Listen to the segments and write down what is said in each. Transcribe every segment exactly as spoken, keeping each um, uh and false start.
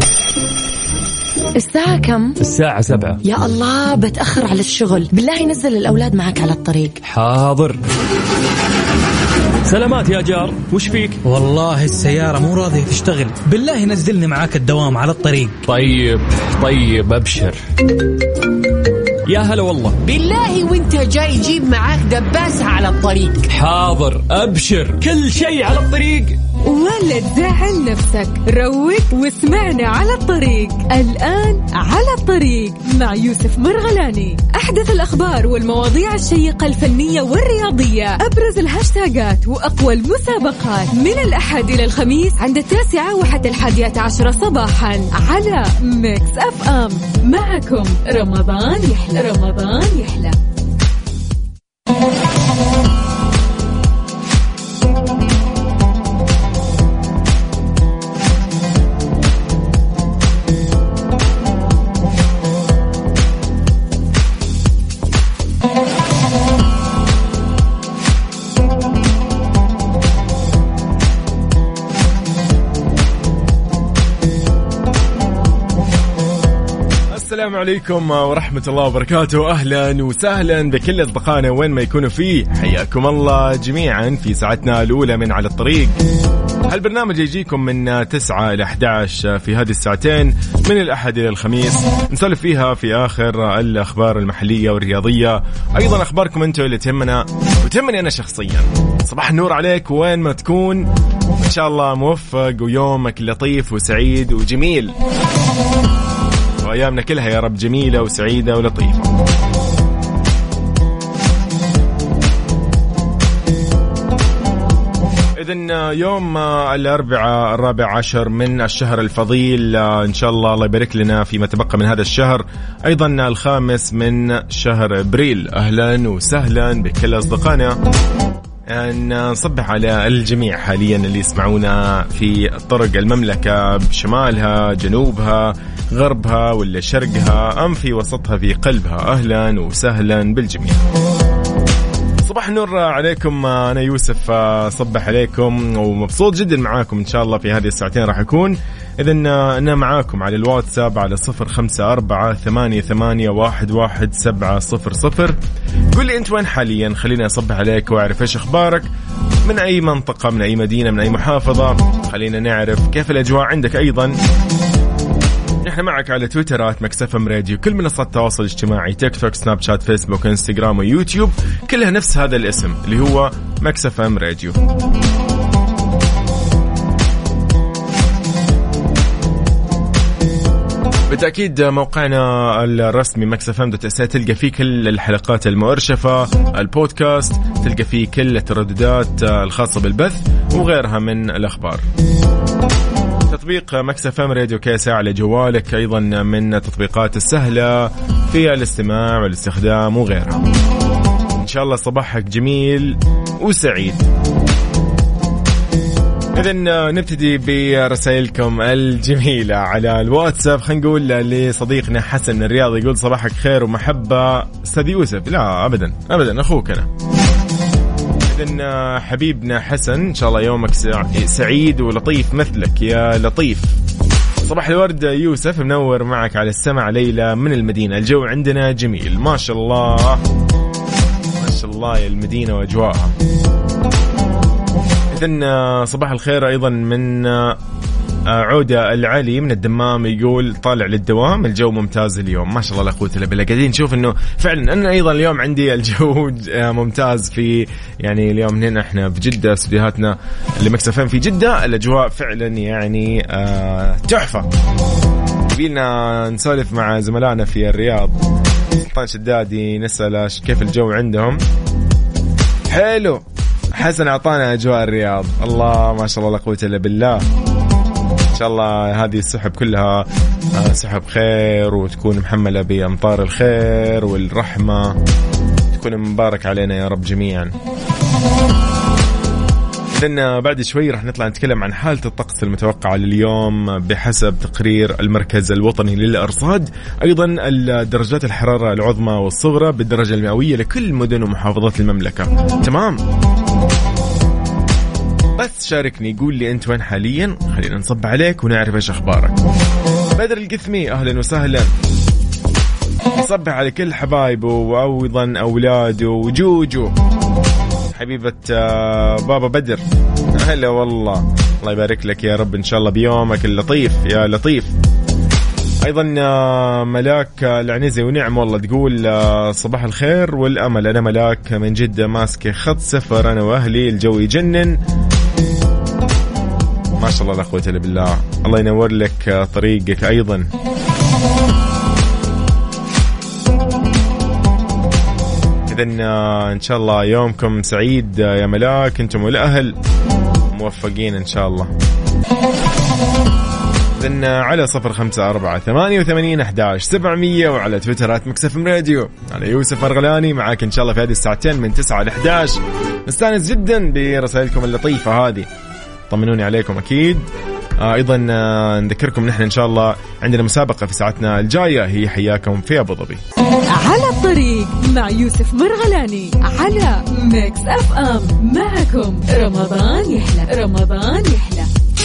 الساعة كم؟ الساعة سبعة. يا الله بتأخر على الشغل، بالله نزل الأولاد معك على الطريق. حاضر. سلامات يا جار، وش فيك؟ والله السيارة مو راضية تشتغل، بالله نزلني معاك الدوام على الطريق. طيب طيب أبشر. يا هلا والله. بالله وانت جاي جيب معاك دباسة على الطريق. حاضر أبشر، كل شيء على الطريق. ولا تزعل نفسك، روق واسمعنا على الطريق. الآن على الطريق مع يوسف مرغلاني. أحدث الأخبار والمواضيع الشيقة الفنية والرياضية، أبرز الهاشتاجات وأقوى المسابقات، من الأحد إلى الخميس عند التاسعة وحتى الحادية عشرة صباحا على ميكس أف أم. معكم رمضان يحلى. رمضان يحلى. السلام عليكم ورحمة الله وبركاته. أهلا وسهلا بكل أصدقائنا وين ما يكونوا فيه، حياكم الله جميعا في ساعتنا الأولى من على الطريق. هالبرنامج يجيكم من تسعة إلى أحد عشر في هذه الساعتين من الأحد إلى الخميس، نسولف فيها في آخر الأخبار المحلية والرياضية، أيضا أخباركم أنتوا اللي تهمنا وتهمني أنا شخصيا. صباح النور عليك وين ما تكون، إن شاء الله موفق ويومك لطيف وسعيد وجميل، وأيامنا كلها يا رب جميلة وسعيدة ولطيفة. إذن يوم الأربعاء الرابع عشر من الشهر الفضيل إن شاء الله، الله يبارك لنا فيما تبقى من هذا الشهر، أيضا الخامس من شهر أبريل. أهلا وسهلا بكل أصدقائنا، أن نصبح على الجميع حاليا اللي يسمعونا في طرق المملكة، بشمالها جنوبها غربها ولا شرقها أم في وسطها في قلبها. أهلا وسهلا بالجميع. صباح النور عليكم، أنا يوسف صبح عليكم ومبسوط جدا معاكم إن شاء الله في هذه الساعتين راح أكون. إذن أنا معاكم على الواتساب على صفر خمسة أربعة ثمانية ثمانية واحد واحد سبعة صفر صفر. قل لي أنت وين حاليا، خليني أصبح عليك وأعرف إيش أخبارك، من أي منطقة، من أي مدينة، من أي محافظة، خلينا نعرف كيف الأجواء عندك. أيضا نحن معك على تويترات ميكس اف ام راديو، كل منصات التواصل الاجتماعي، تيك توك، سناب شات، فيسبوك، انستغرام ويوتيوب، كلها نفس هذا الاسم اللي هو ميكس اف ام راديو. بالتأكيد موقعنا الرسمي ميكس اف ام دوت اس اي تلقى فيه كل الحلقات المؤرشفة، البودكاست، تلقى فيه كل الترددات الخاصة بالبث وغيرها من الأخبار. تطبيق ميكس اف ام راديو كيسة على جوالك أيضا من التطبيقات السهلة في الاستماع والاستخدام وغيرها. إن شاء الله صباحك جميل وسعيد. إذن نبتدي برسائلكم الجميلة على الواتساب. خلينا نقول لصديقنا حسن من الرياض، يقول صباحك خير ومحبة أستاذ يوسف. لا أبدا أبدا، أخوك أنا. إذن حبيبنا حسن إن شاء الله يومك سعيد ولطيف مثلك يا لطيف. صباح الورد يوسف، منور معك على السمع. ليلى من المدينة، الجو عندنا جميل ما شاء الله ما شاء الله يا المدينة وأجواءها. إذن صباح الخير أيضا من عودة العلي من الدمام، يقول طالع للدوام، الجو ممتاز اليوم ما شاء الله لا قوة إلا بالله. قاعدين نشوف إنه فعلا أنا أيضا اليوم عندي الجو ممتاز في يعني اليوم هنا إحنا في جدة، استديوهاتنا اللي مكسفين في جدة، الأجواء فعلا يعني آه تحفة. بينا نسولف مع زملائنا في الرياض، سلطان شدادي، نسأل كيف الجو عندهم. حلو، حسن أعطانا أجواء الرياض، الله ما شاء الله لا قوة إلا بالله. إن شاء الله هذه السحب كلها سحب خير، وتكون محملة بأمطار الخير والرحمة، تكون مبارك علينا يا رب جميعا. إذن بعد شوي رح نطلع نتكلم عن حالة الطقس المتوقعة لليوم بحسب تقرير المركز الوطني للأرصاد، أيضا درجات الحرارة العظمى والصغرى بالدرجة المئوية لكل مدن ومحافظات المملكة. تمام، بس شاركني، قول لي أنت وين حاليا، خلينا نصب عليك ونعرف إيش أخبارك. بدر القثمي أهلا وسهلا، صبح على كل حبايبه وأيضا أولاده وجوجو حبيبة بابا بدر. هلا والله، الله يبارك لك يا رب إن شاء الله بيومك اللطيف يا لطيف. أيضا ملاك العنزي ونعم والله تقول صباح الخير والأمل، أنا ملاك من جدة ماسكة خط سفر أنا وأهلي، الجو يجنن ما شاء الله لا قوة إلا بالله، الله ينور لك طريقك. أيضا إذن إن شاء الله يومكم سعيد يا ملاك أنتم والأهل موفقين إن شاء الله. إذن على صفر خمسة أربعة ثمانية وثمانين أحداش سبعمية وعلى تويترات مكسف مراديو على يوسف مرغلاني معاك إن شاء الله في هذه الساعتين من تسعة ل إحداش. نستانس جدا برسائلكم اللطيفة هذه، طمنوني عليكم أكيد. آه أيضا آه نذكركم نحن إن شاء الله عندنا مسابقة في ساعتنا الجاية، هي حياكم في أبو ظبي. على الطريق مع يوسف مرغلاني على ميكس أف أم. معكم رمضان يحلى، رمضان يحلى.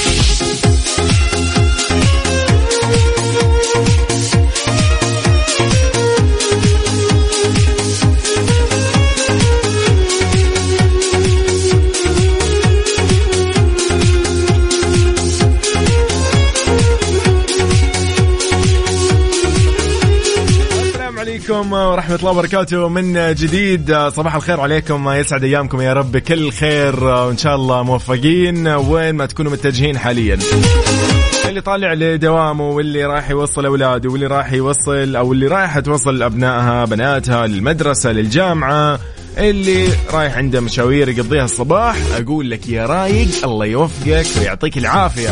عليكم ورحمة الله وبركاته من جديد. صباح الخير عليكم، يسعد أيامكم يا رب كل خير وإن شاء الله موفقين وين ما تكونوا متجهين حاليا. اللي طالع لدوامه واللي راح يوصل أولاده واللي راح يوصل أو اللي رايح توصل أبنائها بناتها للمدرسة للجامعة، اللي رايح عنده مشاوير يقضيها الصباح، أقول لك يا رايق الله يوفقك ويعطيك العافية.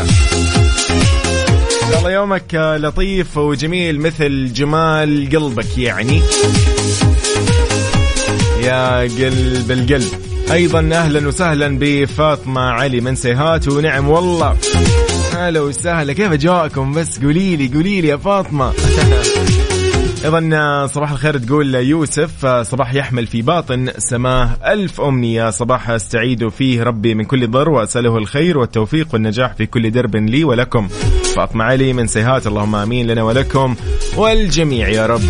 الله يومك لطيف وجميل مثل جمال قلبك يعني يا قلب القلب. أيضا أهلا وسهلا بفاطمة علي من سيهات ونعم والله، هلا وسهلا، كيف أجواءكم بس قوليلي قوليلي يا فاطمة. أيضا صباح الخير تقول يوسف، صباح يحمل في باطن سماه ألف أمنية، صباح استعيد فيه ربي من كل ضر وأسأله الخير والتوفيق والنجاح في كل درب لي ولكم. فاطمة علي من سيهات، اللهم آمين لنا ولكم والجميع يا رب.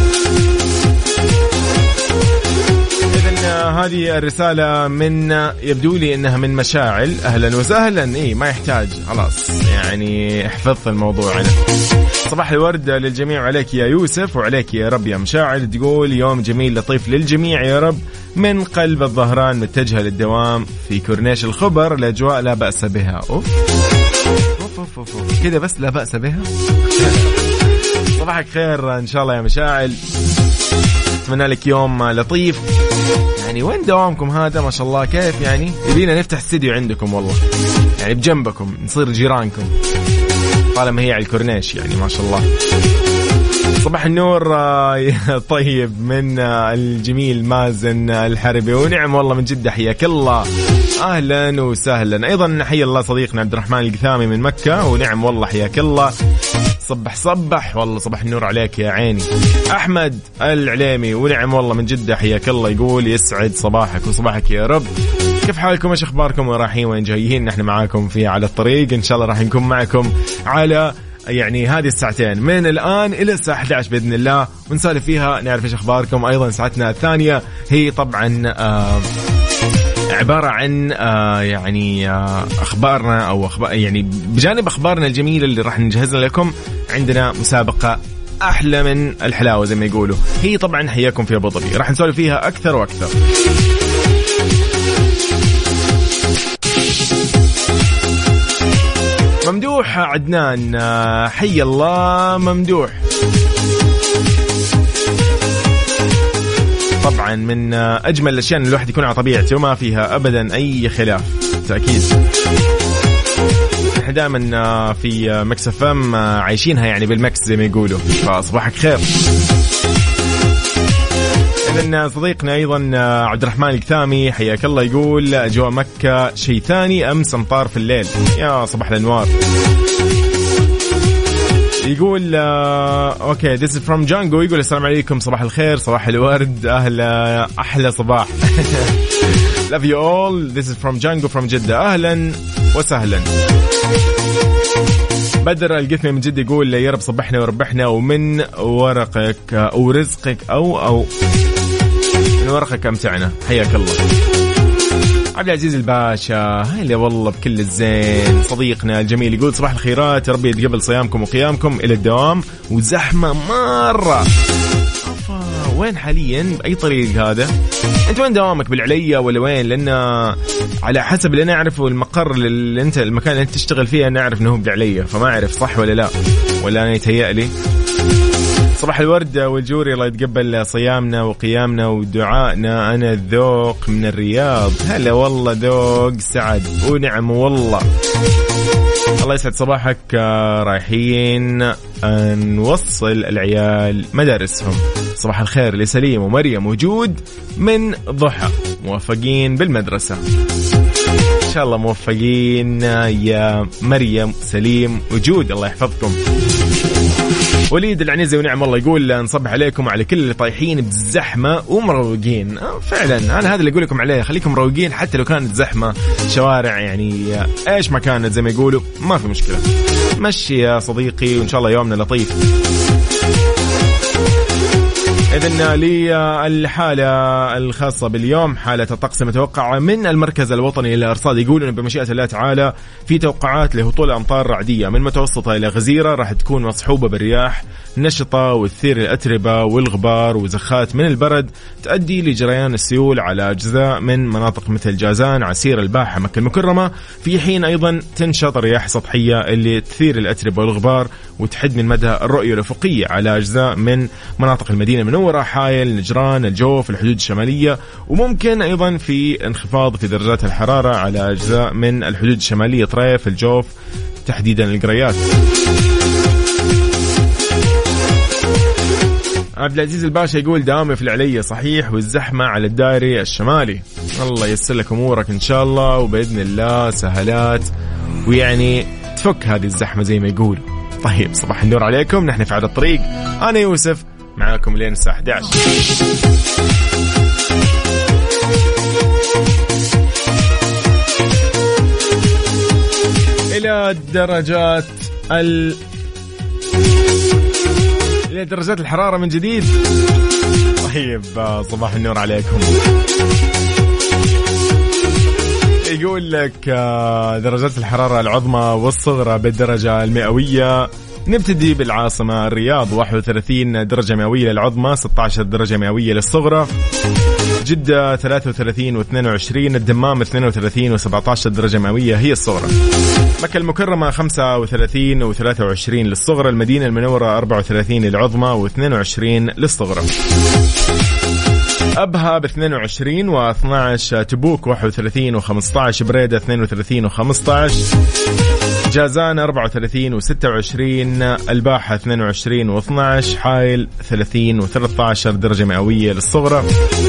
هذه الرسالة من يبدو لي إنها من مشاعل، أهلا وسهلا. إيه ما يحتاج خلاص يعني احفظت الموضوع أنا. صباح الورد للجميع عليك يا يوسف وعليك يا رب يا مشاعل، تقول يوم جميل لطيف للجميع يا رب من قلب الظهران، متجهة للدوام في كورنيش الخبر، الأجواء لا بأس بها. أوف أوف أوف أوف كده بس لا بأس بها. صباحك خير إن شاء الله يا مشاعل، أتمنى لك يوم لطيف. يعني وين دوامكم هذا ما شاء الله كيف يعني، يبينا نفتح استديو عندكم والله يعني بجنبكم نصير جيرانكم طالما هي على الكورنيش يعني ما شاء الله. صباح النور طيب من الجميل مازن الحربي ونعم والله من جدة، حياك الله أهلا وسهلا. أيضا حيا الله صديقنا عبد الرحمن القثامي من مكة ونعم والله حياك الله، صبح صبح والله صباح النور عليك يا عيني. أحمد العليمي ونعم والله من جدة، حياك الله، يقول يسعد صباحك وصباحك يا رب. كيف حالكم ايش اخباركم وين رايحين وين جايين؟ نحن معاكم في على الطريق ان شاء الله راح نكون معكم على يعني هذه الساعتين من الآن إلى الساعة إحدى عشر بإذن الله، ونسالف فيها نعرف إيش أخباركم. أيضا ساعتنا الثانية هي طبعا آه عبارة عن آه يعني آه أخبارنا أو أخبار يعني بجانب أخبارنا الجميلة اللي راح نجهزها لكم، عندنا مسابقة أحلى من الحلاوة زي ما يقولوا، هي طبعا حياكم في أبو ظبي، راح نسولف فيها أكثر وأكثر. ممدوح عدنان، حي الله ممدوح، طبعا من أجمل الأشياء أن الواحد يكون على طبيعته ما فيها أبدا أي خلاف تأكيد. نحن دائما في مكس اف ام عايشينها يعني بالمكس زي ما يقولوا، فصباحك خير. إذن صديقنا أيضا عبد الرحمن القثامي حياك الله، يقول أجواء مكة شيء ثاني، أمس أمطار في الليل، يا صباح الأنوار. يقول آه أوكي this is from Django، يقول السلام عليكم صباح الخير صباح الورد أهلا أحلى صباح. love you all this is from Django from جدة، أهلا وسهلا. بدر القثمي من جد يقول يا رب صبحنا وربحنا ومن ورقك أو رزقك أو أو من ورقك أمتعنا. حياك الله. عبد العزيز الباشا هلا والله بكل الزين. صديقنا الجميل يقول صباح الخيرات، ربي يتقبل صيامكم وقيامكم إلى الدوام وزحمة مرة. وين حاليا بأي طريق هذا؟ أنت وين دوامك؟ بالعليا ولا وين؟ لأن على حسب اللي أنا أعرفه المقر اللي أنت المكان اللي أنت تشتغل فيه أنا أعرف أنه بعليا، فما أعرف صح ولا لا، ولا أنا يتهيأ لي. صباح الورد والجوري، الله يتقبل صيامنا وقيامنا ودعائنا. أنا ذوق من الرياض. هلا والله ذوق سعد ونعم والله. الله يسعد صباحك. رايحين نوصل العيال مدارسهم. صباح الخير لسليم ومريم وجود من ضحى، موفقين بالمدرسة إن شاء الله. موفقين يا مريم سليم وجود، الله يحفظكم. وليد العنيزي ونعم الله يقول نصبح عليكم وعلى كل اللي طايحين بالزحمة ومروقين. فعلا أنا هذا اللي أقول لكم عليه، خليكم مروقين حتى لو كانت زحمة شوارع، يعني إيش ما كانت زي ما يقولوا ما في مشكلة، مشي يا صديقي وإن شاء الله يومنا لطيف. إذن لي الحالة الخاصة باليوم حالة الطقس المتوقعة من المركز الوطني للأرصاد. يقولون بمشيئة الله تعالى في توقعات لهطول أمطار رعدية من متوسطة إلى غزيرة، راح تكون مصحوبة بالرياح نشطة وتثير الأتربة والغبار وزخات من البرد، تؤدي لجريان السيول على أجزاء من مناطق مثل جازان، عسير، الباحة، مكة المكرمة، في حين أيضا تنشط رياح سطحية اللي تثير الأتربة والغبار وتحد من مدى الرؤية الأفقية على أجزاء من مناطق المدينة المنورة، حائل، نجران، الجوف، الحدود الشمالية، وممكن أيضا في انخفاض في درجات الحرارة على أجزاء من الحدود الشمالية، طريف، الجوف، تحديدا القريات. عبد العزيز الباشا يقول دامي في العلية صحيح، والزحمة على الدائري الشمالي. الله ييسر لك أمورك إن شاء الله، وبإذن الله سهلات ويعني تفك هذه الزحمة زي ما يقول. طيب صباح النور عليكم، نحن في عدد الطريق، أنا يوسف معاكم لين الساعة أحد عشر. إلى درجات ال إلى درجات الحرارة من جديد. طيب صباح النور عليكم. يقول لك درجات الحرارة العظمى والصغرى بالدرجة المئوية. نبتدي بالعاصمة الرياض، واحد وثلاثين درجة مئوية للعظمى، ستة عشر درجة مئوية للصغرى. جدة ثلاثة وثلاثين واثنين وعشرين، الدمام اثنين وثلاثين وسبعة عشر درجة مئوية هي الصغرى. مكة المكرمة خمسة وثلاثين وثلاثة وعشرين للصغرى. المدينة المنورة أربعة وثلاثين للعظمى واثنين وعشرين للصغرى. أبها باثنين وعشرين واثنى عشر، تبوك واحد وثلاثين وخمسة عشر، بريدة اثنين وثلاثين وخمسة عشر، جازان أربعة وثلاثين وستة وعشرين، الباحة اثنين وعشرين واثنى عشر، حائل ثلاثين وثلاثة عشر درجة مئوية للصغرى.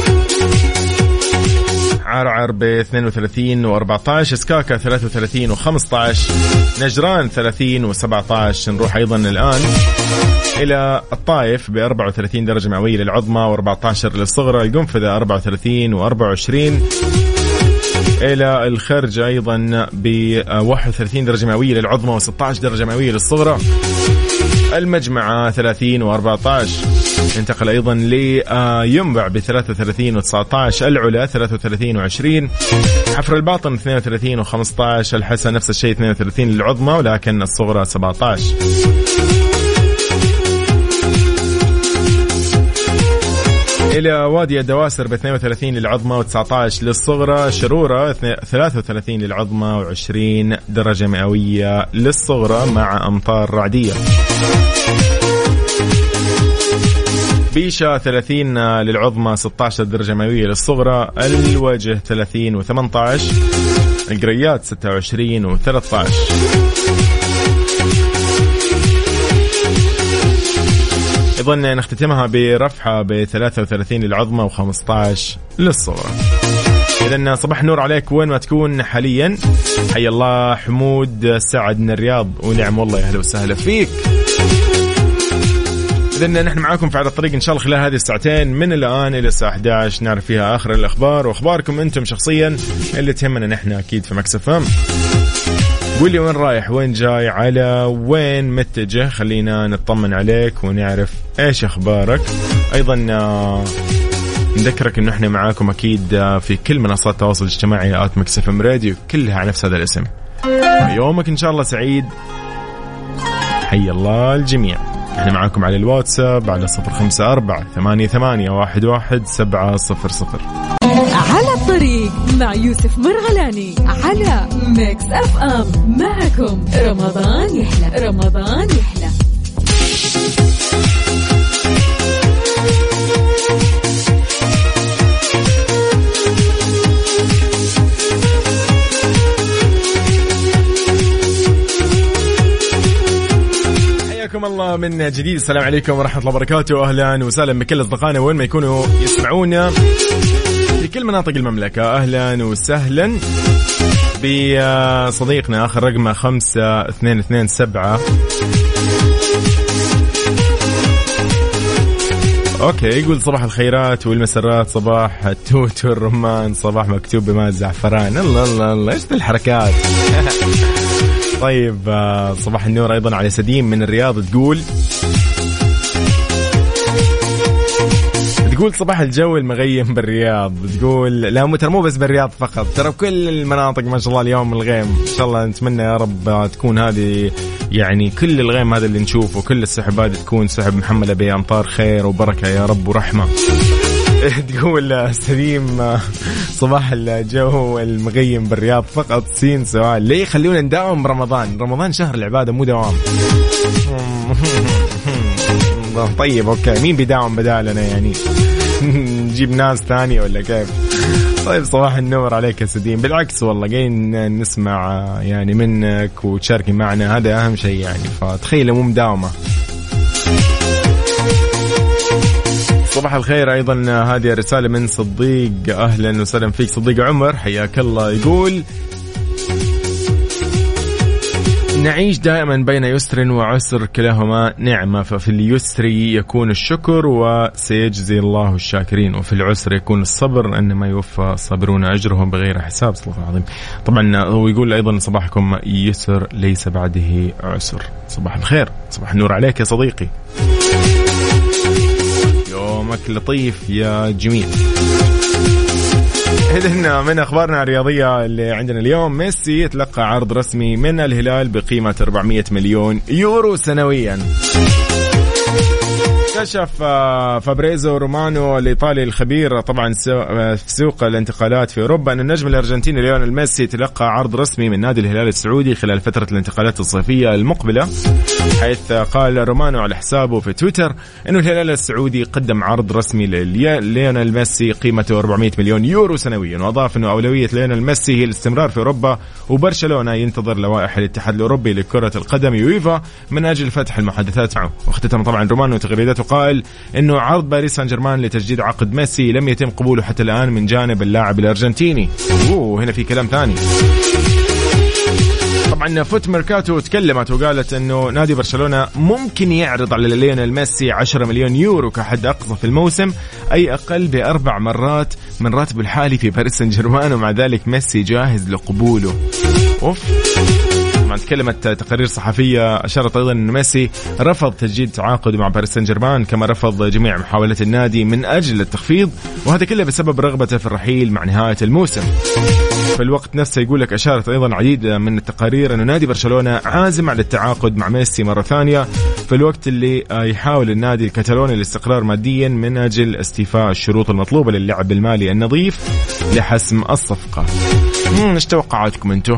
عرعر ب اثنين وثلاثين وأربعة عشر، سكاكا ثلاثة وثلاثين وخمسة عشر، نجران ثلاثين وسبعة عشر. نروح أيضا الآن إلى الطائف ب أربعة وثلاثين درجة مئوية للعظمى وأربعة عشر للصغرى. القنفذة أربعة وثلاثين وأربعة وعشرين. إلى الخرج أيضا ب واحد وثلاثين درجة مئوية للعظمى وستة عشر درجة مئوية للصغرى. المجمعة ثلاثين وأربعة عشر. انتقل أيضا لينبع ب ثلاثة وثلاثين وتسعة عشر. العلا ثلاثة وثلاثين وعشرين. حفر الباطن اثنين وثلاثين وخمسة عشر. الحسا نفس الشيء اثنين وثلاثين للعظمى ولكن الصغرى سبعة عشر. إلى وادي الدواسر ب اثنين وثلاثين للعظمى وتسعة عشر للصغرى. شرورة ثلاثة وثلاثين للعظمى وعشرين درجة مئوية للصغرى مع أمطار رعدية. بيشة ثلاثين للعظمى ستة عشر درجة مئوية للصغرى. الوجه ثلاثين وثمانية عشر. القريات ستة وعشرين وثلاثة عشر. أيضا نختتمها برفحة ب ثلاثة وثلاثين للعظمى وخمسة عشر للصغرى. إذن صباح النور عليك وين ما تكون حاليا. حي الله حمود سعد من الرياض، ونعم والله يا أهلا وسهلا فيك. إذن نحن معاكم في على الطريق إن شاء الله خلال هذه الساعتين من الآن إلى الساعة أحد عشر، نعرف فيها آخر الأخبار وأخباركم أنتم شخصيا اللي تهمنا نحن أكيد في مكس إف إم. قول لي وين رايح وين جاي على وين متجه، خلينا نطمن عليك ونعرف ايش اخبارك. ايضا نذكرك انه احنا معاكم اكيد في كل منصات التواصل الاجتماعي آت ميكس إف إم راديو، كلها على نفس هذا الاسم. يومك ان شاء الله سعيد، حي الله الجميع. احنا معاكم على الواتساب على صفر خمسة أربعة ثمانية ثمانية واحد واحد سبعة صفر صفر. على الطريق مع يوسف مرغلاني على ميكس اف ام. معكم رمضان يحلى، رمضان يحلى. حياكم الله من جديد، السلام عليكم ورحمة الله وبركاته. أهلا وسهلا بكل أصدقائنا وين ما يكونوا يسمعونا في كل مناطق المملكة. أهلا وسهلا بصديقنا آخر رقمه خمسة اثنين اثنين سبعة. أوكي، يقول صباح الخيرات والمسرات، صباح التوت والرمان، صباح مكتوب بماء الزعفران. الله الله الله، إيش الحركات. طيب صباح النور أيضا على سديم من الرياض، تقول تقول صباح الجو المغيم بالرياض. تقول لا ترى مو بس بالرياض فقط، ترى بكل المناطق ما شاء الله اليوم الغيم. إن شاء الله نتمنى يا رب تكون هذه يعني كل الغيم هذا اللي نشوفه، كل السحب هذه تكون سحب محملة بأمطار خير وبركة يا رب ورحمة. تقول سليم صباح الجو المغيم بالرياض فقط. سين سؤال، ليه خلونا نداوم رمضان؟ رمضان شهر العبادة مو دوام. طيب اوكي، مين بيداوم بدالنا يعني؟ نجيب ناس ثانية ولا كيف؟ طيب صباح النور عليك يا سديم. بالعكس والله جايين نسمع يعني منك وتشاركي معنا، هذا أهم شيء يعني. فتخيل مو مداومة. صباح الخير أيضا، هذه رسالة من صديق. أهلا وسهلا فيك صديق عمر، حياك الله. يقول نعيش دائما بين يسر وعسر، كلاهما نعمة، ففي اليسر يكون الشكر وسيجزي الله الشاكرين، وفي العسر يكون الصبر، أنما يوفى الصابرون أجرهم بغير حساب. صلى الله العظيم. طبعا هو يقول أيضا صباحكم يسر ليس بعده عسر. صباح الخير، صباح النور عليك يا صديقي، يومك لطيف يا جميل. إذن من أخبارنا الرياضية اللي عندنا اليوم، ميسي يتلقى عرض رسمي من الهلال بقيمة أربعمائة مليون يورو سنويا. كشف فابريزو رومانو الإيطالي الخبير طبعا في سوق الانتقالات في أوروبا أن النجم الأرجنتيني ليونيل ميسي يتلقى عرض رسمي من نادي الهلال السعودي خلال فترة الانتقالات الصيفية المقبلة، حيث قال رومانو على حسابه في تويتر أن الهلال السعودي قدم عرض رسمي لليونيل ميسي قيمته أربعمائة مليون يورو سنويا، وأضاف أنه أولوية ليونيل ميسي هي الاستمرار في أوروبا، وبرشلونة ينتظر لوائح الاتحاد الأوروبي لكرة القدم يويفا من أجل فتح المحادثات معه. واختتم طبعا رومانو تغريدته قال إنه عرض باريس سان جيرمان لتجديد عقد ميسي لم يتم قبوله حتى الآن من جانب اللاعب الأرجنتيني. أوه هنا في كلام ثاني. طبعا فوت ميركاتو تكلمت وقالت إنه نادي برشلونة ممكن يعرض على ليونيل ميسي عشرة مليون يورو كحد أقصى في الموسم، أي أقل بأربع مرات من راتبه الحالي في باريس سان جيرمان، ومع ذلك ميسي جاهز لقبوله. أوف. تكلمت تقارير صحفية أشارت أيضا أن ميسي رفض تجديد تعاقده مع باريس سان جيرمان، كما رفض جميع محاولات النادي من أجل التخفيض، وهذا كله بسبب رغبته في الرحيل مع نهاية الموسم. في الوقت نفسه يقول لك أشارت أيضا عديد من التقارير أن نادي برشلونة عازم على التعاقد مع ميسي مرة ثانية في الوقت اللي يحاول النادي الكتالوني الاستقرار ماديا من أجل استيفاء الشروط المطلوبة للعب المالي النظيف لحسم الصفقة. ايش توقعاتكم انتو؟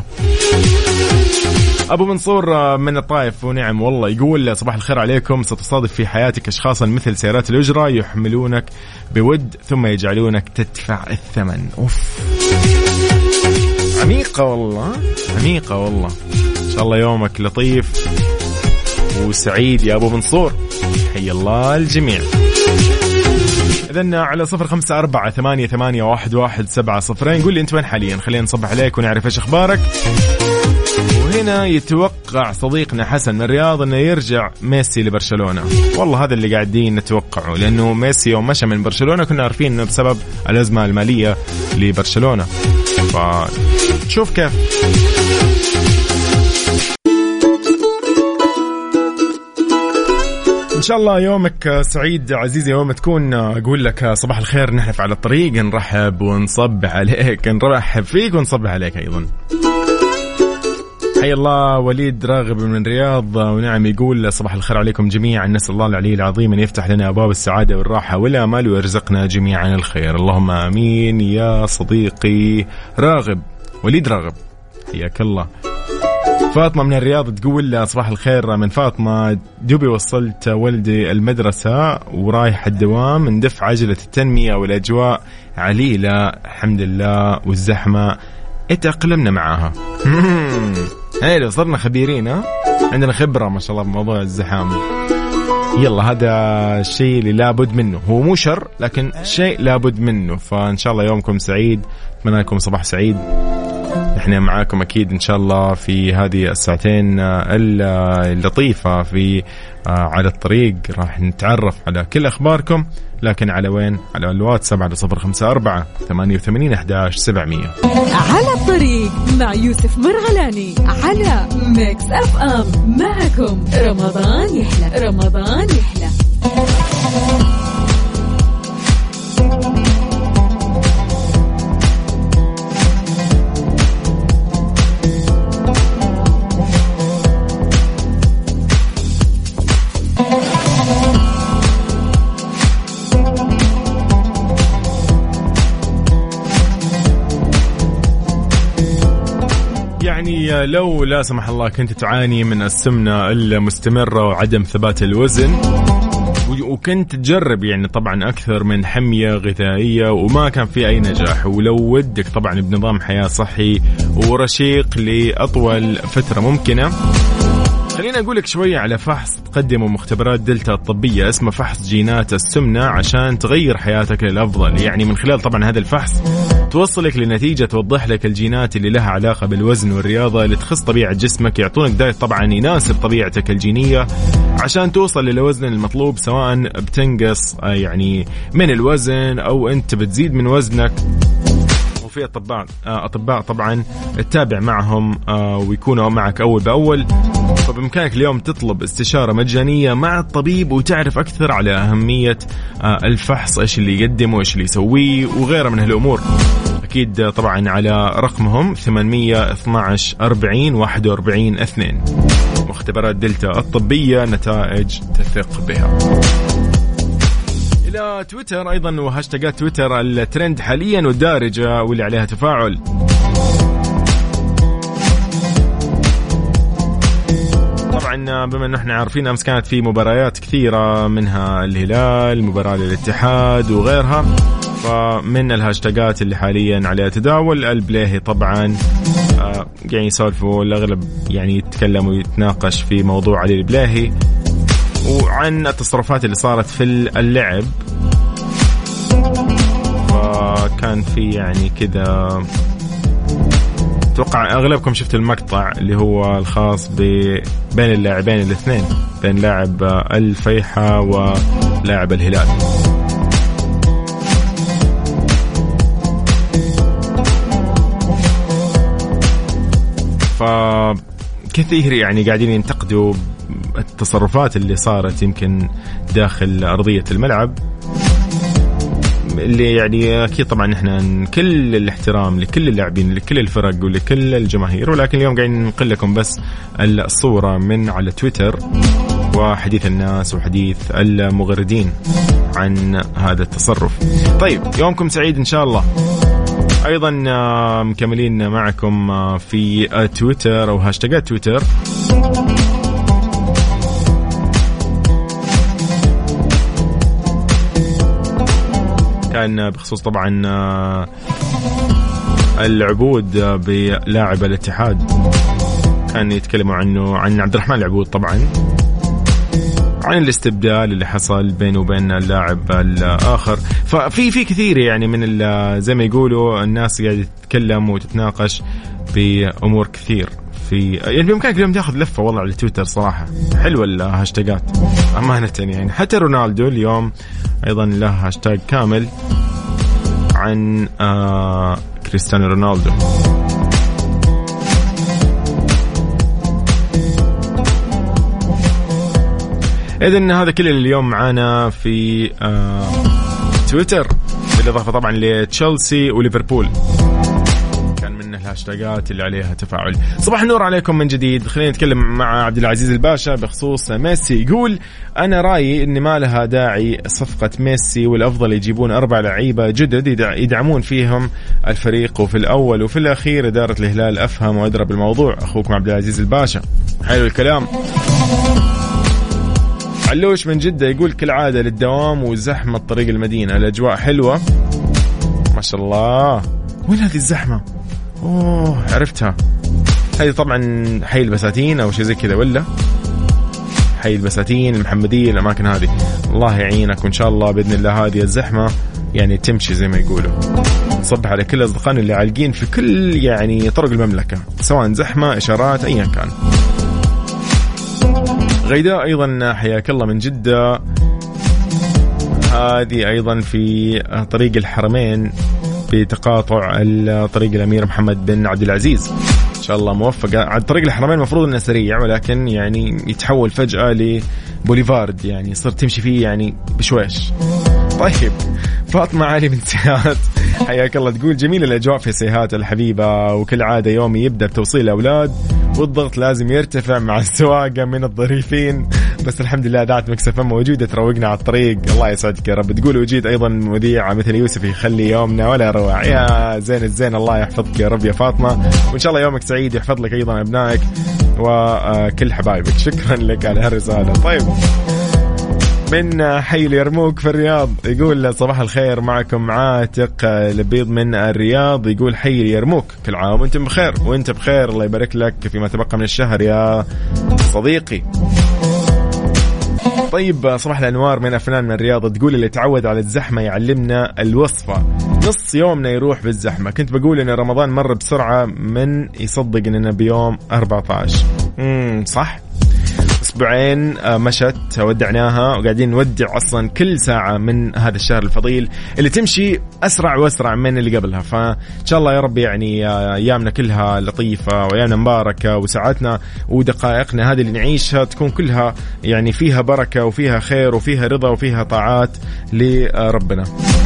أبو منصور من الطائف، ونعم والله، يقول صباح الخير عليكم، ستصادف في حياتك أشخاصا مثل سيارات الأجرة يحملونك بود ثم يجعلونك تدفع الثمن. أوف عميقة والله، عميقة والله. إن شاء الله يومك لطيف وسعيد يا أبو منصور، حي الله الجميع. إذن على صفر خمسة أربعة ثمانية ثمانية واحد واحد سبعة صفرين قول لي أنت وين حاليا، خلينا نصبح عليك ونعرف إيش أخبارك. وهنا يتوقع صديقنا حسن من الرياض أنه يرجع ميسي لبرشلونة. والله هذا اللي قاعدين نتوقعه، لأنه ميسي يوم مشى من برشلونة كنا عارفين أنه بسبب الأزمة المالية لبرشلونة، فشوف كيف. إن شاء الله يومك سعيد عزيزي. يوم تكون أقول لك صباح الخير، نحن على الطريق نرحب ونصب عليك، نرحب فيك ونصب عليك أيضا. حي الله وليد راغب من الرياض، ونعم يقول صباح الخير عليكم جميعا، نسأل الله العلي العظيم أن يفتح لنا أبواب السعادة والراحة والأمل ويرزقنا جميعا الخير، اللهم آمين يا صديقي راغب وليد راغب، حياك الله. فاطمة من الرياض تقول صباح الخير من فاطمة، دوبي وصلت ولدي المدرسة ورايح الدوام، ندف عجلة التنمية والأجواء عليلة الحمد لله والزحمة اتأقلمنا معاها. هاي صرنا خبيرين، ها عندنا خبرة ما شاء الله بموضوع الزحام. يلا هذا الشيء اللي لابد منه، هو مو شر لكن شيء لابد منه. فإن شاء الله يومكم سعيد، أتمنى لكم صباح سعيد. احنا معاكم اكيد ان شاء الله في هذه الساعتين اللطيفة في على الطريق، راح نتعرف على كل اخباركم، لكن على وين؟ على الواتساب على صفر خمسة أربعة ثمانية وثمانين أحد عشر سبعمية. على الطريق مع يوسف مرغلاني على ميكس اف ام. معكم رمضان يحلى، رمضان يحلى. يعني لو لا سمح الله كنت تعاني من السمنة المستمرة وعدم ثبات الوزن، وكنت تجرب يعني طبعا أكثر من حمية غذائية وما كان في أي نجاح، ولو ودك طبعا بنظام حياة صحي ورشيق لأطول فترة ممكنة، خلينا أقول لك شوية على فحص تقدمه مختبرات دلتا الطبية اسمه فحص جينات السمنة عشان تغير حياتك للأفضل. يعني من خلال طبعا هذا الفحص توصلك لنتيجة توضح لك الجينات اللي لها علاقة بالوزن والرياضة اللي تخص طبيعة جسمك، يعطونك دايت طبعا يناسب طبيعتك الجينية عشان توصل للوزن المطلوب، سواء بتنقص يعني من الوزن أو أنت بتزيد من وزنك. وفي أطباء أطباء طبعا تتابع معهم ويكونوا معك أول بأول، فبإمكانك اليوم تطلب استشارة مجانية مع الطبيب وتعرف أكثر على أهمية الفحص، إيش اللي يقدمه وإيش اللي يسويه وغيره من هالأمور. أكيد طبعا على رقمهم ثمانمية اثناعش أربعين واحد وأربعين اثنين. مختبرات دلتا الطبية، نتائج تثق بها. إلى تويتر أيضا وهاشتاجات تويتر الترند حاليا والدارجة واللي عليها تفاعل. طبعا بما أنه احنا عارفين أمس كانت في مباريات كثيرة، منها الهلال، مباراة للاتحاد وغيرها، فمن الهاشتاجات اللي حاليا عليها تداول البلاهي طبعا. آه يعني يسولفوا الأغلب يعني يتكلم ويتناقش في موضوع علي البلاهي وعن التصرفات اللي صارت في اللعب. فكان في يعني كذا، توقع أغلبكم شفت المقطع اللي هو الخاص بين اللاعبين الاثنين، بين لاعب الفيحة ولاعب الهلال. فكثير يعني قاعدين ينتقدوا التصرفات اللي صارت يمكن داخل أرضية الملعب، اللي يعني أكيد طبعا إحنا كل الاحترام لكل اللاعبين لكل الفرق ولكل الجماهير، ولكن اليوم قاعدين ننقل لكم بس الصورة من على تويتر وحديث الناس وحديث المغردين عن هذا التصرف. طيب يومكم سعيد إن شاء الله. أيضا مكملين معكم في تويتر أو هاشتاجات تويتر. كان بخصوص طبعا العبود بلاعب الاتحاد، كان يتكلموا عنه عن عبد الرحمن العبود طبعا، عن الاستبدال اللي حصل بينه وبين اللاعب الآخر. ففي في كثير يعني من زي ما يقولوا الناس قاعدة تتكلم وتتناقش بأمور كثير. في يعني بإمكانك اليوم تاخذ لفة والله على تويتر، صراحة حلوة الهاشتاجات أمانة. يعني حتى رونالدو اليوم أيضا له هاشتاج كامل عن آه كريستيانو رونالدو. إذن هذا كل اليوم معانا في آه تويتر، بالإضافة طبعا لتشيلسي وليفربول كان من الهاشتاجات اللي عليها تفاعل. صباح النور عليكم من جديد. خلينا نتكلم مع عبد العزيز الباشا بخصوص ميسي. يقول أنا رأيي إن ما لها داعي صفقة ميسي، والأفضل يجيبون أربع لعيبة جدد يدعمون فيهم الفريق، وفي الأول وفي الأخير إدارة الهلال أفهم وأدرى بالموضوع. أخوكم عبد العزيز الباشا. حلو الكلام. علوش من جدة يقول كالعادة للدوام وزحمة طريق المدينة، الأجواء حلوة ما شاء الله. وين هذه الزحمة؟ أوه عرفتها، هذه طبعا حي البساتين أو شيء زي كذا، ولا حي البساتين المحمدية، الأماكن هذه. الله يعينك، وإن شاء الله بإذن الله هذه الزحمة يعني تمشي زي ما يقولوا. صبح على كل أصدقائنا اللي عالقين في كل يعني طرق المملكة، سواء زحمة إشارات أيا كان. غيداء أيضا حياك الله من جدة، هذه أيضا في طريق الحرمين بتقاطع طريق الأمير محمد بن عبد العزيز. إن شاء الله موفقة. على طريق الحرمين مفروض أنه سريع، ولكن يعني يتحول فجأة لبوليفارد، يعني صرت تمشي فيه يعني بشويش. طيب فاطمة علي من سيهات حياك الله، تقول جميل الأجواء في سيهات الحبيبة، وكل عادة يومي يبدأ بتوصيل الأولاد والضغط لازم يرتفع مع السواقة من الظريفين، بس الحمد لله دعت مكسفة موجودة تروقنا على الطريق. الله يسعدك يا رب. تقول وجيد أيضا مذيع مثل يوسف يخلي يومنا ولا روع. يا زين الزين، الله يحفظك يا رب يا فاطمة، وإن شاء الله يومك سعيد، يحفظ لك أيضا أبنائك وكل حبايبك. شكرا لك على هالرسالة. طيب من حي اليرموك في الرياض يقول صباح الخير، معكم عاتق لبيض من الرياض. يقول حي اليرموك كل عام وانتم بخير. وانت بخير، الله يبارك لك فيما تبقى من الشهر يا صديقي. طيب صباح الأنوار من أفنان من الرياض، تقول اللي تعود على الزحمة يعلمنا الوصفة، نص يومنا يروح بالزحمة. كنت بقول إن رمضان مر بسرعة، من يصدق إننا بيوم أربعة عشر. امم صح، أسبوعين مشت ودعناها، وقاعدين نودع أصلا كل ساعة من هذا الشهر الفضيل اللي تمشي أسرع وأسرع من اللي قبلها. فإن شاء الله يا رب يعني أيامنا كلها لطيفة وأيامنا مباركة، وساعاتنا ودقائقنا هذه اللي نعيشها تكون كلها يعني فيها بركة وفيها خير وفيها رضا وفيها طاعات لربنا.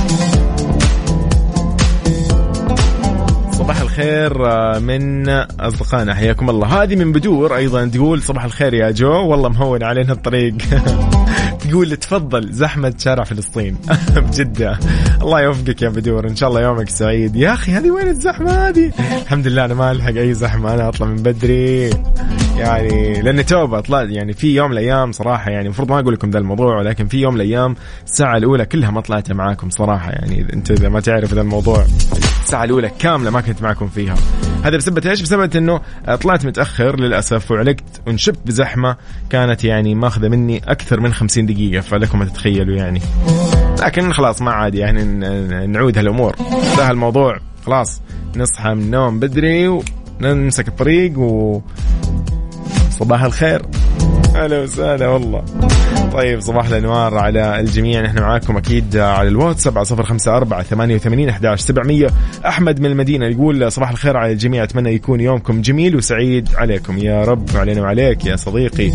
صباح الخير من أصدقائنا حياكم الله. هذه من بدور أيضا تقول صباح الخير يا جو، والله مهون علينا الطريق. تقول تفضل زحمة شارع فلسطين بجدة. الله يوفقك يا بدور، إن شاء الله يومك سعيد. يا أخي هذه وين الزحمة هذه؟ الحمد لله أنا ما ألحق أي زحمة، أنا أطلع من بدري يعني، لأن توبة طلعت يعني في يوم الأيام صراحة، يعني المفروض ما أقول لكم ذا الموضوع، ولكن في يوم الأيام الساعة الأولى كلها ما طلعت معاكم صراحة. يعني أنت إذا ما تعرف ذا الموضوع الساعة الأولى كاملة ما كنت معكم فيها. هذا بسبب إيش؟ بسبب إنه طلعت متأخر للأسف، وعلقت ونشبت بزحمة كانت يعني ماخذة مني أكثر من خمسين دقيقة، فلكم تتخيلوا يعني. لكن خلاص ما عادي يعني نعود هالأمور، ده الموضوع خلاص نصحى من النوم بدري ونمسك الطريق. و صباح الخير، أهلا وسهلا والله. طيب صباح الأنوار على الجميع، نحن معاكم أكيد على الواتس سبعة صفر خمسة أربعة ثمانية وثمانين أحد عشر سبعمية. أحمد من المدينة يقول صباح الخير على الجميع، أتمنى يكون يومكم جميل وسعيد عليكم يا رب، علينا وعليك يا صديقي.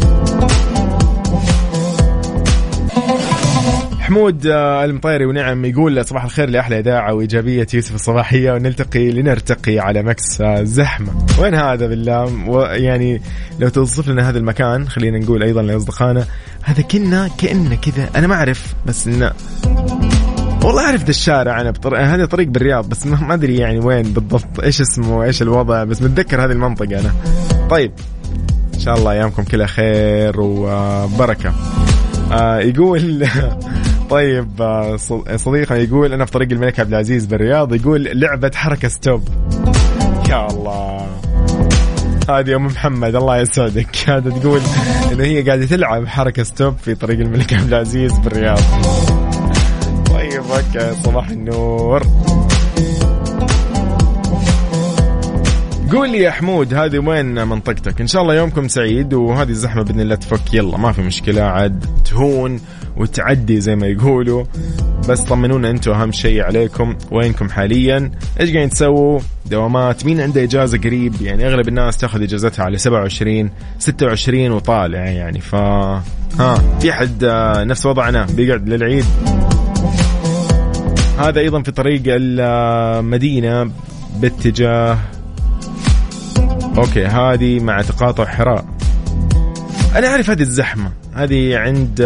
محمود المطيري ونعم يقول صباح الخير لأحلى إذاعة وإيجابية يوسف الصباحية، ونلتقي لنرتقي على مكس زحمة. وين هذا بالله؟ ويعني لو توصف لنا هذا المكان، خلينا نقول أيضا لأصدقائنا هذا كنا كأنه كذا، أنا ما أعرف بس إنه والله أعرف ده الشارع، أنا بطريق هذا طريق بالرياض بس ما أدري يعني وين بالضبط، إيش اسمه وإيش الوضع، بس متذكر هذه المنطقة أنا. طيب إن شاء الله أيامكم كلها خير وبركة. آه يقول طيب صديقنا يقول أنا في طريق الملك عبد العزيز بالرياض، يقول لعبة حركة ستوب. يا الله هذه أم محمد الله يسعدك، هذا تقول إنه هي قاعدة تلعب حركة ستوب في طريق الملك عبد العزيز بالرياض. طيب اوكي صباح النور. قول لي يا حمود هذه وين منطقتك؟ إن شاء الله يومكم سعيد، وهذه الزحمة بإذن الله تفك، يلا ما في مشكلة عاد تهون وتعدي زي ما يقولوا. بس طمنونا أنتوا أهم شيء عليكم، وينكم حاليا، إيش قاعدين تسووا، دوامات، مين عنده إجازة قريب؟ يعني أغلب الناس تأخذ إجازتها على سبعة وعشرين ستة وعشرين وطالع يعني، ف ها في حد نفس وضعنا بيقعد للعيد؟ هذا أيضا في طريق المدينة باتجاه أوكي، هذه مع تقاطع حراء. أنا أعرف هذه الزحمة، هذه عند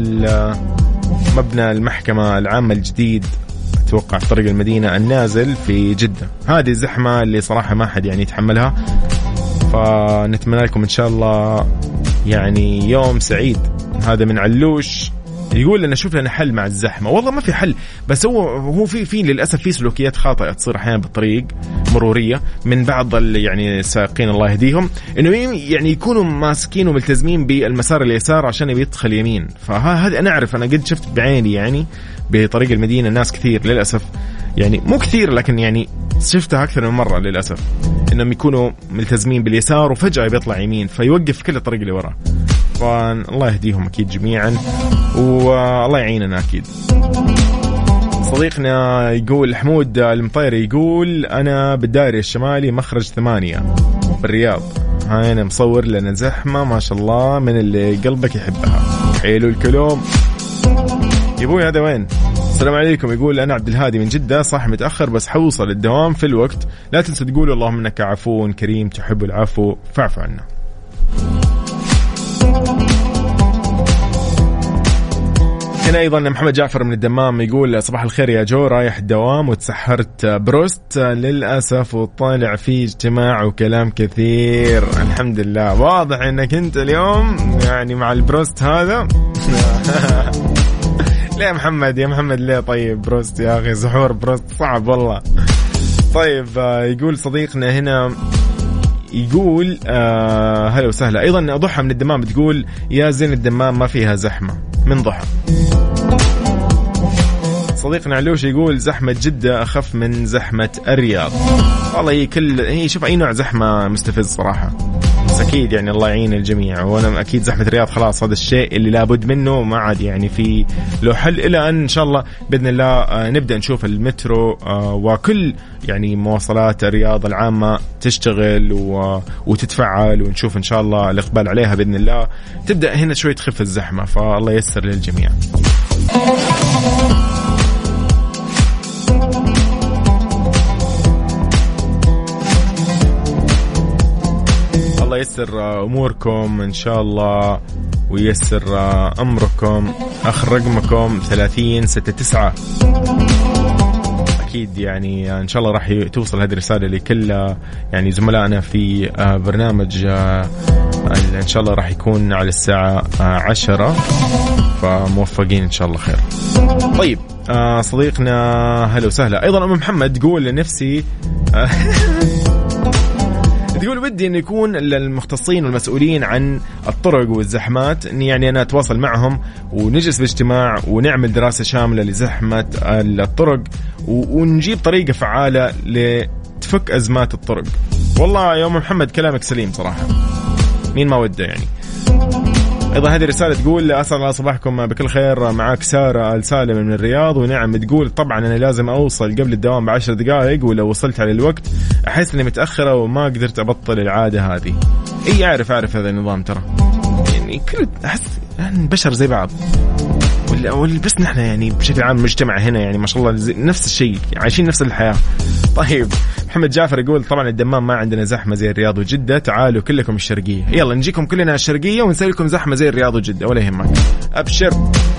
مبنى المحكمة العامة الجديد، أتوقع في طريق المدينة النازل في جدة. هذه الزحمة اللي صراحة ما حد يعني يتحملها، فنتمنى لكم إن شاء الله يعني يوم سعيد. هذا من علوش يقول لنا شوف لنا حل مع الزحمة. والله ما في حل، بس هو هو في في للأسف في سلوكيات خاطئة تصير أحيانا بالطريق مرورية من بعض يعني السائقين الله يهديهم، إنه يعني يكونوا ماسكين وملتزمين بالمسار اليسار عشان يدخل يمين. فهذا أنا أعرف، أنا قد شفت بعيني يعني بطريق المدينة ناس كثير للأسف، يعني مو كثير لكن يعني شفتها أكثر من مرة للأسف، إنهم يكونوا ملتزمين باليسار وفجأة بيطلع يمين فيوقف كل الطريق اللي وراه. فالله يهديهم أكيد جميعا والله يعيننا أكيد. صديقنا يقول حمود المطيري يقول أنا بالدائري الشمالي مخرج ثمانية بالرياض، هاي أنا مصور لنا زحمة ما شاء الله من اللي قلبك يحبها. حلو الكلام يبوي. هذا وين؟ السلام عليكم. يقول أنا عبد الهادي من جدة، صح متأخر بس حوصل الدوام في الوقت، لا تنسوا تقولوا اللهم إنك عفو كريم تحب العفو فاعف عنا. هنا أيضا محمد جعفر من الدمام يقول صباح الخير يا جو، رايح الدوام وتسحرت بروست للأسف وطالع فيه اجتماع وكلام كثير. الحمد لله، واضح انك انت اليوم يعني مع البروست هذا. ليه يا محمد يا محمد ليه؟ طيب بروست يا أخي، سحور بروست صعب والله. طيب يقول صديقنا هنا يقول آه هلا وسهلا. أيضا ضحى من الدمام تقول يا زين الدمام ما فيها زحمة من ضحى. صديقنا علوش يقول زحمة جدة أخف من زحمة الرياض. والله هي كل هي شوف أي نوع زحمة مستفز صراحة، بس أكيد يعني الله يعين الجميع. وأنا أكيد زحمة الرياض خلاص هذا الشيء اللي لابد منه، ما عاد يعني في له حل إلا أن إن شاء الله بإذن الله نبدأ نشوف المترو وكل يعني مواصلات الرياض العامة تشتغل وتتفعل، ونشوف إن شاء الله الإقبال عليها بإذن الله، تبدأ هنا شوي تخف الزحمة، فالله ييسر للجميع. الله ييسر أموركم إن شاء الله وييسر أمركم. آخر رقمكم ثلاثين ستة تسعة. أكيد يعني إن شاء الله راح توصل هذه الرسالة لكل يعني زملائنا في برنامج إن شاء الله راح يكون على الساعة عشرة، فموفقين إن شاء الله خير. طيب صديقنا هلا وسهلا. أيضا أم محمد تقول لنفسي تقول ودي أن يكون المختصين والمسؤولين عن الطرق والزحمات أن يعني أنا أتواصل معهم ونجلس باجتماع ونعمل دراسة شاملة لزحمة الطرق ونجيب طريقة فعالة لتفك أزمات الطرق. والله يا أم محمد كلامك سليم صراحة، مين ما وده يعني. أيضا هذه رسالة تقول أسأل الله صباحكم بكل خير، معاك سارة السالم من الرياض. ونعم تقول طبعا أنا لازم أوصل قبل الدوام بعشر دقائق، ولو وصلت على الوقت أحس أني متأخرة وما قدرت أبطل العادة هذه. إيه أعرف أعرف هذا النظام ترى، يعني كل أحس يعني بشر زي بعض، ولا ولا بس نحن يعني بشكل عام مجتمع هنا يعني ما شاء الله نفس الشيء، عايشين نفس الحياة. طيب محمد جعفر يقول طبعا الدمام ما عندنا زحمة زي الرياض وجدة، تعالوا كلكم الشرقية، يلا نجيكم كلنا الشرقية ونسوي لكم زحمة زي الرياض وجدة ولا يهمك، أبشر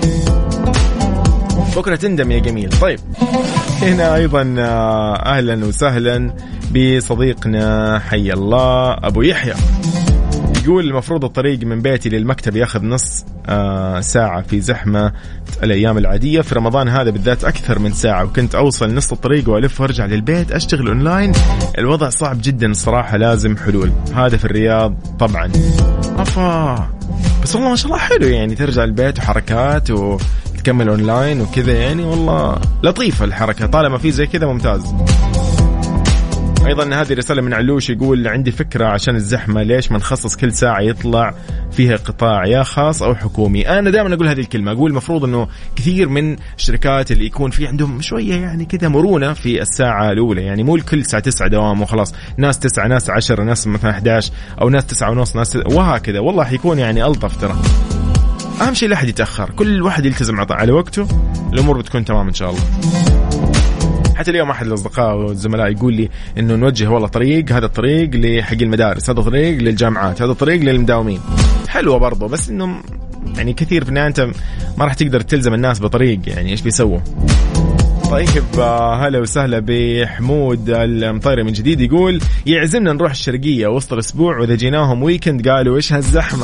بكرة تندم يا جميل. طيب هنا أيضا أهلا وسهلا بصديقنا حي الله أبو يحيى، يقول المفروض الطريق من بيتي للمكتب ياخذ نص آه ساعة في زحمة الأيام العادية، في رمضان هذا بالذات أكثر من ساعة، وكنت أوصل نص الطريق وألف وأرجع للبيت أشتغل أونلاين. الوضع صعب جدا صراحة، لازم حلول. هذا في الرياض طبعا. أفا بس والله ما شاء الله حلو يعني ترجع البيت وحركات وتكمل أونلاين وكذا، يعني والله لطيفة الحركة، طالما في زي كذا ممتاز. أيضا هذه رسالة من علوش يقول عندي فكرة عشان الزحمة، ليش ما نخصص كل ساعة يطلع فيها قطاع يا خاص أو حكومي. أنا دائما أقول هذه الكلمة، أقول المفروض أنه كثير من الشركات اللي يكون في عندهم شوية يعني كذا مرونة في الساعة الأولى، يعني مو الكل ساعة تسعة دوام وخلاص، ناس تسعة ناس عشرة ناس مثلا أحد عشر أو ناس تسعة ونص ناس وهكذا، والله حيكون يعني ألطف. ترى أهم شيء لا أحد يتأخر، كل واحد يلتزم على وقته، الأمور بتكون تمام إن شاء الله. حتى اليوم أحد الأصدقاء والزملاء يقول لي إنه نوجه والله طريق، هذا الطريق لحق المدارس، هذا طريق للجامعات، هذا طريق للمداومين. حلوة برضو، بس إنه يعني كثير في النهاية أنت ما راح تقدر تلزم الناس بطريق، يعني إيش بيسووا؟ طيب هلا وسهلا بحمود المطيري من جديد، يقول يعزمنا نروح الشرقية وسط الأسبوع وإذا جيناهم ويكند قالوا إيش هالزحمة.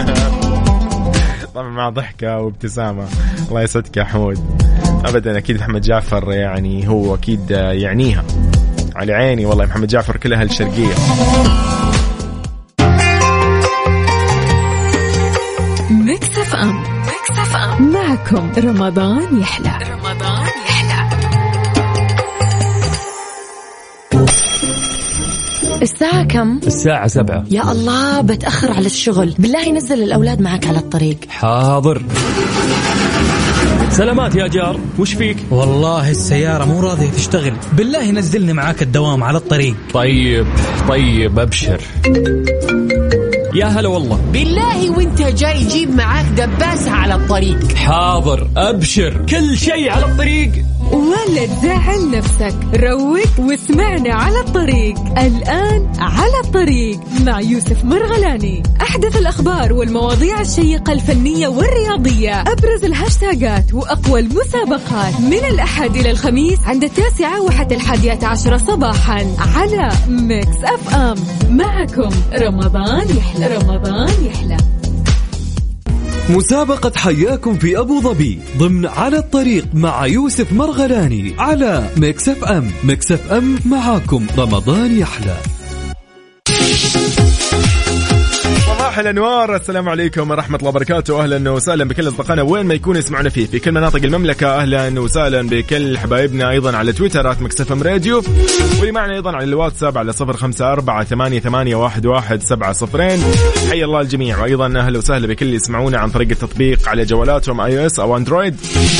طبعا مع ضحكة وابتسامة. الله يسعدك يا حمود. أبدا أكيد محمد جعفر يعني هو أكيد يعنيها على عيني والله، محمد جعفر كل أهل الشرقية. ميكس اف ام، ميكس اف ام معكم رمضان يحلى، رمضان يحلى. الساعة كم؟ الساعة سبعة. يا الله بتأخر على الشغل، بالله نزل الأولاد معك على الطريق. حاضر. سلامات يا جار، وش فيك؟ والله السيارة مو راضية تشتغل، بالله نزلني معاك الدوام على الطريق. طيب طيب أبشر. يا هلا والله. بالله وانت جاي جيب معاك دباسة على الطريق. حاضر أبشر، كل شيء على الطريق. ولا تزعل نفسك، روق واسمعنا على الطريق. الآن على الطريق مع يوسف مرغلاني. أحدث الأخبار والمواضيع الشيقة الفنية والرياضية، أبرز الهاشتاجات وأقوى المسابقات، من الأحد إلى الخميس عند التاسعة وحتى الحادية عشرة صباحا على ميكس أف أم. معكم رمضان يحلى، رمضان يحلى. مسابقة حياكم في أبو ظبي ضمن على الطريق مع يوسف مرغلاني على ميكس اف ام. ميكس اف ام معاكم رمضان يحلى. صباح الأنوار، السلام عليكم ورحمة الله وبركاته. أهلا وسهلا بكل أصدقائنا وين ما يكون يسمعنا فيه في كل مناطق المملكة. أهلا وسهلا بكل حبايبنا أيضا على تويتر @ميكس اف ام راديو، واللي معنا أيضا على الواتساب على صفر خمسة أربعة ثمانية ثمانية واحد واحد سبعة صفرين. حيا الله الجميع. وأيضا أهلا وسهلا بكل اللي يسمعونا عن طريق التطبيق على جوالاتهم اي او اس أو اندرويد.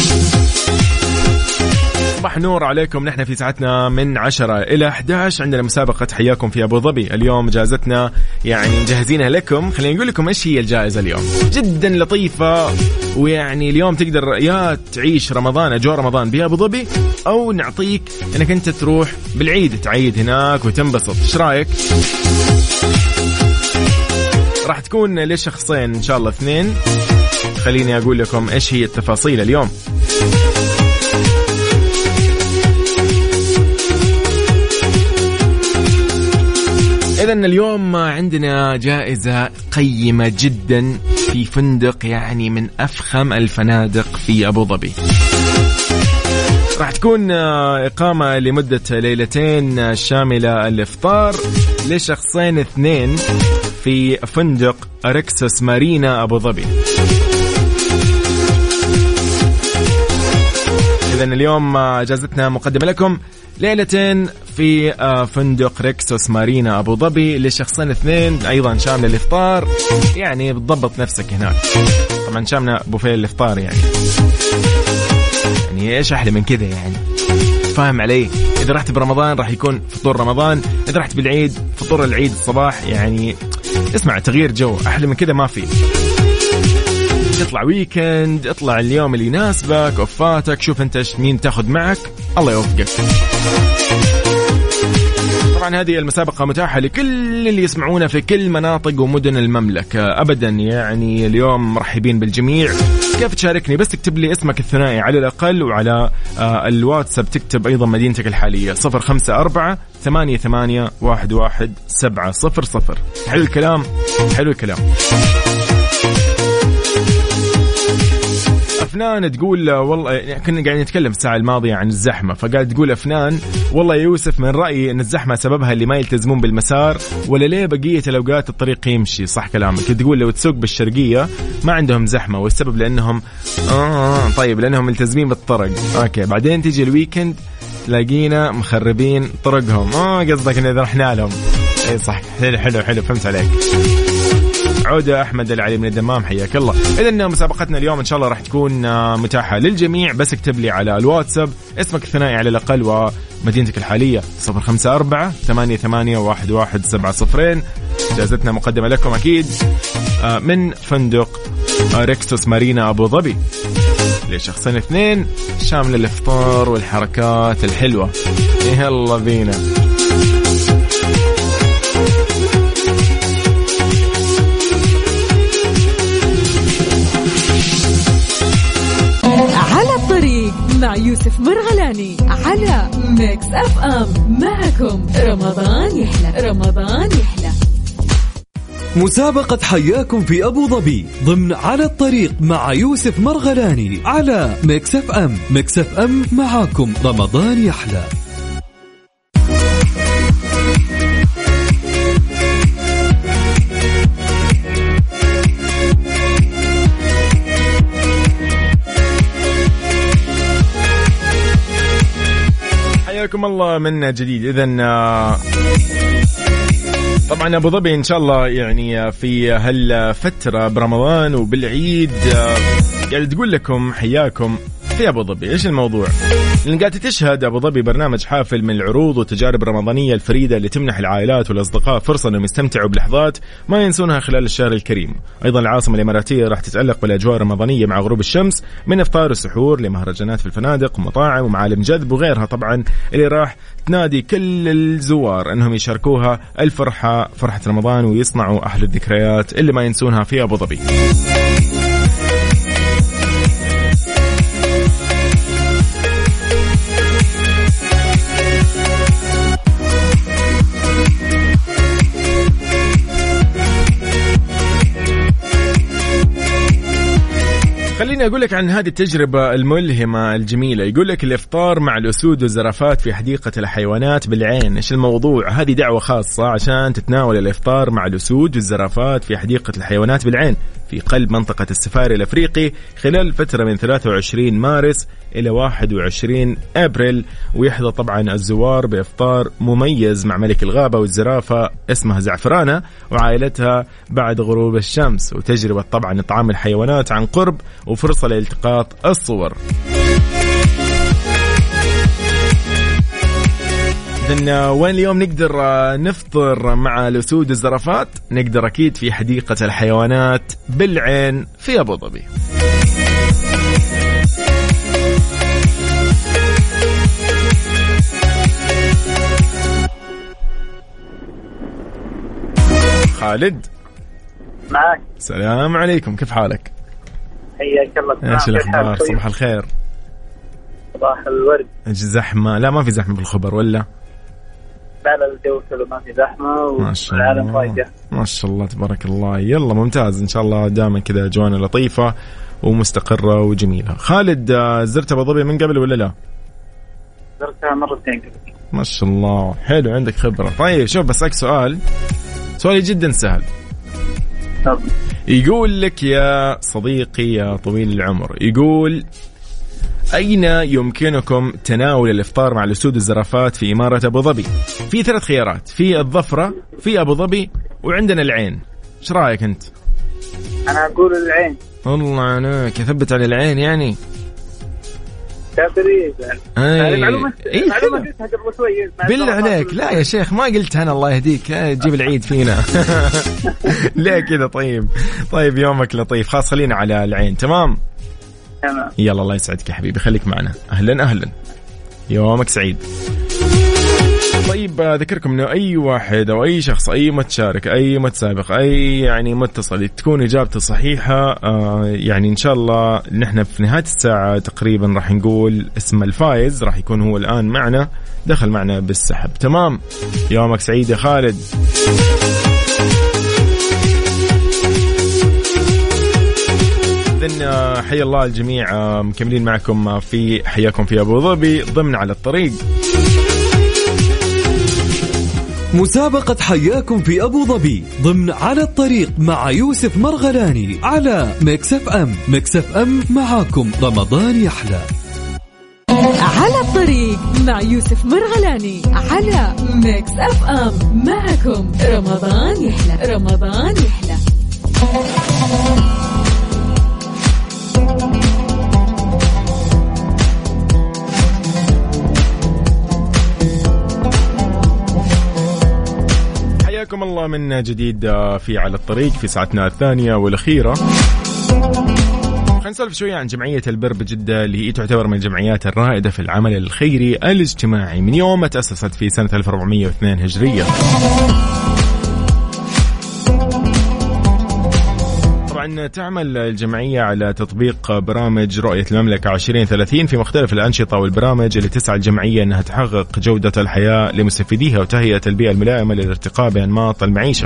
صباح نور عليكم. نحن في ساعتنا من عشرة إلى أحد عشر عندنا مسابقة حياكم في أبو ظبي. اليوم جائزتنا يعني مجهزينها لكم. خلينا نقول لكم إيش هي الجائزة اليوم، جدا لطيفة. ويعني اليوم تقدر يا تعيش رمضان أجواء رمضان بأبو ظبي، أو نعطيك أنك أنت تروح بالعيد تعيد هناك وتنبسط. إيش رأيك؟ راح تكون لشخصين إن شاء الله اثنين. خليني أقول لكم إيش هي التفاصيل اليوم. إذن اليوم عندنا جائزة قيمة جدا في فندق يعني من أفخم الفنادق في أبو ظبي. راح تكون إقامة لمدة ليلتين شاملة الإفطار لشخصين اثنين في فندق ريكسوس مارينا أبو ظبي. إذن اليوم جائزتنا مقدمة لكم ليلتين في فندق ريكسوس مارينا أبو ظبي لشخصين اثنين، أيضا شامل الإفطار. يعني بتضبط نفسك هناك. طبعا شامل بوفيه الإفطار يعني يعني إيش أحلى من كذا يعني، فاهم علي؟ إذا رحت برمضان راح يكون فطور رمضان، إذا رحت بالعيد فطور العيد الصباح. يعني اسمع، تغيير جو أحلى من كذا ما في. تطلع ويكند، اطلع اليوم اللي يناسبك، أوفاتك، شوف انت مين تاخذ معك، الله يوفقك. طبعا هذه المسابقة متاحة لكل اللي يسمعونا في كل مناطق ومدن المملكة أبدا. يعني اليوم مرحبين بالجميع. كيف تشاركني؟ بس تكتب لي اسمك الثنائي على الأقل، وعلى آه الواتساب تكتب أيضا مدينتك الحالية صفر خمسة أربعة ثمانية ثمانية واحد واحد سبعة صفر صفر. حلو الكلام، حلو الكلام. أفنان تقول والله كنا قاعدين نتكلم الساعة الماضية عن الزحمة، فقاعد تقول أفنان والله يا يوسف من رأيي أن الزحمة سببها اللي ما يلتزمون بالمسار، ولا ليه بقية الأوقات الطريق يمشي. صح كلامك. تقول لو تسوق بالشرقية ما عندهم زحمة، والسبب لأنهم آه طيب لأنهم ملتزمين بالطرق. أوكي، بعدين تيجي الويكند تلاقينا مخربين طرقهم. اه قصدك ان اذا رحنا لهم. اي صح، حلو حلو حلو فهمت عليك. عودة أحمد العلي من الدمام، حياك الله. إذن مسابقتنا اليوم إن شاء الله راح تكون متاحة للجميع، بس اكتب لي على الواتساب اسمك الثنائي على الأقل ومدينتك الحالية صفر خمسة أربعة ثمانية ثمانية واحد واحد سبعة صفرين. جائزتنا مقدمة لكم أكيد من فندق ريكسوس مارينا أبو ظبي لشخصين اثنين، شامل الإفطار والحركات الحلوة. يلا بينا. مع يوسف مرغلاني على ميكس اف ام. معكم رمضان يحلى، رمضان يحلى. مسابقة حياكم في أبو ظبي ضمن على الطريق مع يوسف مرغلاني على ميكس اف ام. ميكس اف ام معاكم رمضان يحلى. حياكم الله من جديد. إذن طبعا أبو ظبي إن شاء الله يعني في هالفترة برمضان وبالعيد يعني تقول لكم حياكم في أبو ظبي. إيش الموضوع؟ لأن قاعدة تشهد أبو ظبي برنامج حافل من العروض والتجارب الرمضانية الفريدة اللي تمنح العائلات والأصدقاء فرصة أنهم يستمتعوا بلحظات ما ينسونها خلال الشهر الكريم. أيضا العاصمة الإماراتية راح تتألق بالأجواء الرمضانية مع غروب الشمس، من إفطار السحور لمهرجانات في الفنادق ومطاعم ومعالم جذب وغيرها طبعا، اللي راح تنادي كل الزوار أنهم يشاركوها الفرحة، فرحة رمضان، ويصنعوا أحلى الذكريات اللي ما ينسونها في أبو ظبي. خليني أقول لك عن هذه التجربة الملهمة الجميلة. يقول لك الإفطار مع الأسود والزرافات في حديقة الحيوانات بالعين. إيش الموضوع؟ هذه دعوة خاصة عشان تتناول الإفطار مع الأسود والزرافات في حديقة الحيوانات بالعين في قلب منطقة السفاري الأفريقي خلال الفترة من ثلاثة وعشرين مارس إلى واحد وعشرين أبريل. ويحظى طبعا الزوار بإفطار مميز مع ملك الغابة والزرافة اسمها زعفرانة وعائلتها بعد غروب الشمس، وتجربة طبعا إطعام الحيوانات عن قرب وفرصة لالتقاط الصور. إذن وين اليوم نقدر نفطر مع الأسود والزرافات؟ نقدر أكيد في حديقة الحيوانات بالعين في أبو ظبي. خالد معك. السلام عليكم، كيف حالك؟ حياك الله. ايش الاخبار؟ صباح الخير. صباح الورد. زحمه؟ لا ما في زحمه في الخبر ولا؟ لا لا الجو حلو، ما في زحمه والعالم رايقه ما شاء الله تبارك الله. يلا ممتاز، ان شاء الله دائما كذا اجوانا لطيفه ومستقره وجميله. خالد زرت ابو ظبي من قبل ولا لا؟ زرتها مرتين قبل. ما شاء الله، حلو عندك خبره. طيب شوف بسألك سؤال، سؤالي جدا سهل. طب. يقول لك يا صديقي يا طويل العمر، يقول أين يمكنكم تناول الإفطار مع الأسود والزرافات في إمارة أبو ظبي؟ في ثلاث خيارات، في الظفرة، في أبو ظبي، وعندنا العين. إيش رأيك أنت؟ أنا أقول العين. والله عليك، يثبت على العين يعني. تقريبا. أي. معلومة إيه معلومة قلتها قبل شوي. بالله عليك، لا يا شيخ ما قلتها أنا، الله يهديك تجيب العيد فينا. ليه كذا؟ طيب طيب يومك لطيف، خلاص خلينا على العين. تمام تمام. يلا الله يسعدك يا حبيبي، خليك معنا. أهلا أهلا، يومك سعيد. طيب أذكركم أنه أي واحد أو أي شخص، أي متشارك، أي متسابق، أي يعني متصل تكون إجابته صحيحة، آه يعني إن شاء الله نحن في نهاية الساعة تقريبا راح نقول اسم الفائز، راح يكون هو الآن معنا، دخل معنا بالسحب. تمام، يومك سعيد يا خالد. إذن حيا الله الجميع، مكملين معكم في حياكم في أبو ظبي ضمن على الطريق. مسابقة حياكم في أبو ظبي ضمن على الطريق مع يوسف مرغلاني على ميكس اف ام. ميكس اف ام معاكم رمضان يحلى. على الطريق مع يوسف مرغلاني على ميكس اف ام. معكم رمضان يحلى رمضان يحلى. حياكم الله من جديد في على الطريق في ساعتنا الثانية والأخيرة. خلينا نسولف شوية عن جمعية البر بجدة اللي هي تعتبر من الجمعيات الرائدة في العمل الخيري الاجتماعي من يوم ما تأسست في سنة ألف وأربعمائة واثنين هجرية. طبعا تعمل الجمعية على تطبيق برامج رؤية المملكة عشرين ثلاثين في مختلف الأنشطة والبرامج اللي تسعى الجمعية أنها تحقق جودة الحياة لمستفيديها وتهيئة البيئة الملائمة للارتقاء بأنماط المعيشة.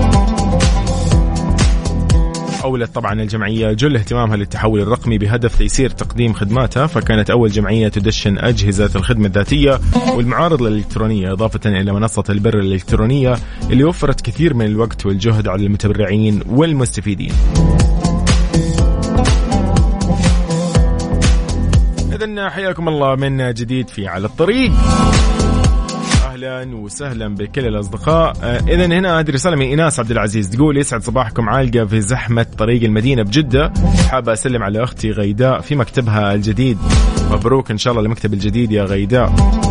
أولت طبعا الجمعية جل اهتمامها للتحول الرقمي بهدف تيسير تقديم خدماتها، فكانت أول جمعية تدشن أجهزة الخدمة الذاتية والمعارض الإلكترونية، إضافة إلى منصة البر الإلكترونية اللي وفرت كثير من الوقت والجهد على المتبرعين والمستفيدين. إذن حياكم الله من جديد في على الطريق. أهلا وسهلا بكل الأصدقاء. إذن هنا هذه رسالة من إيناس عبد العزيز تقول: يسعد صباحكم عالقة في زحمة طريق المدينة بجدة، حابة أسلم على أختي غيداء في مكتبها الجديد. مبروك إن شاء الله المكتب الجديد يا غيداء.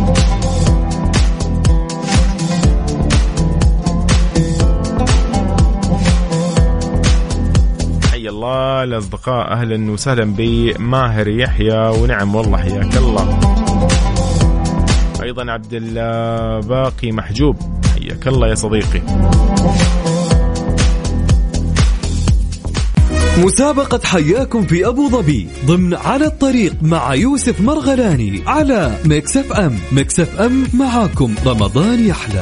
حي الله الأصدقاء، أهلا وسهلا بماهر يحيى، ونعم والله حياك الله. أيضا عبد الباقي محجوب، حياك الله يا صديقي. مسابقة حياكم في أبو ظبي ضمن على الطريق مع يوسف مرغلاني على ميكس اف ام. ميكس اف ام معاكم رمضان يحلى.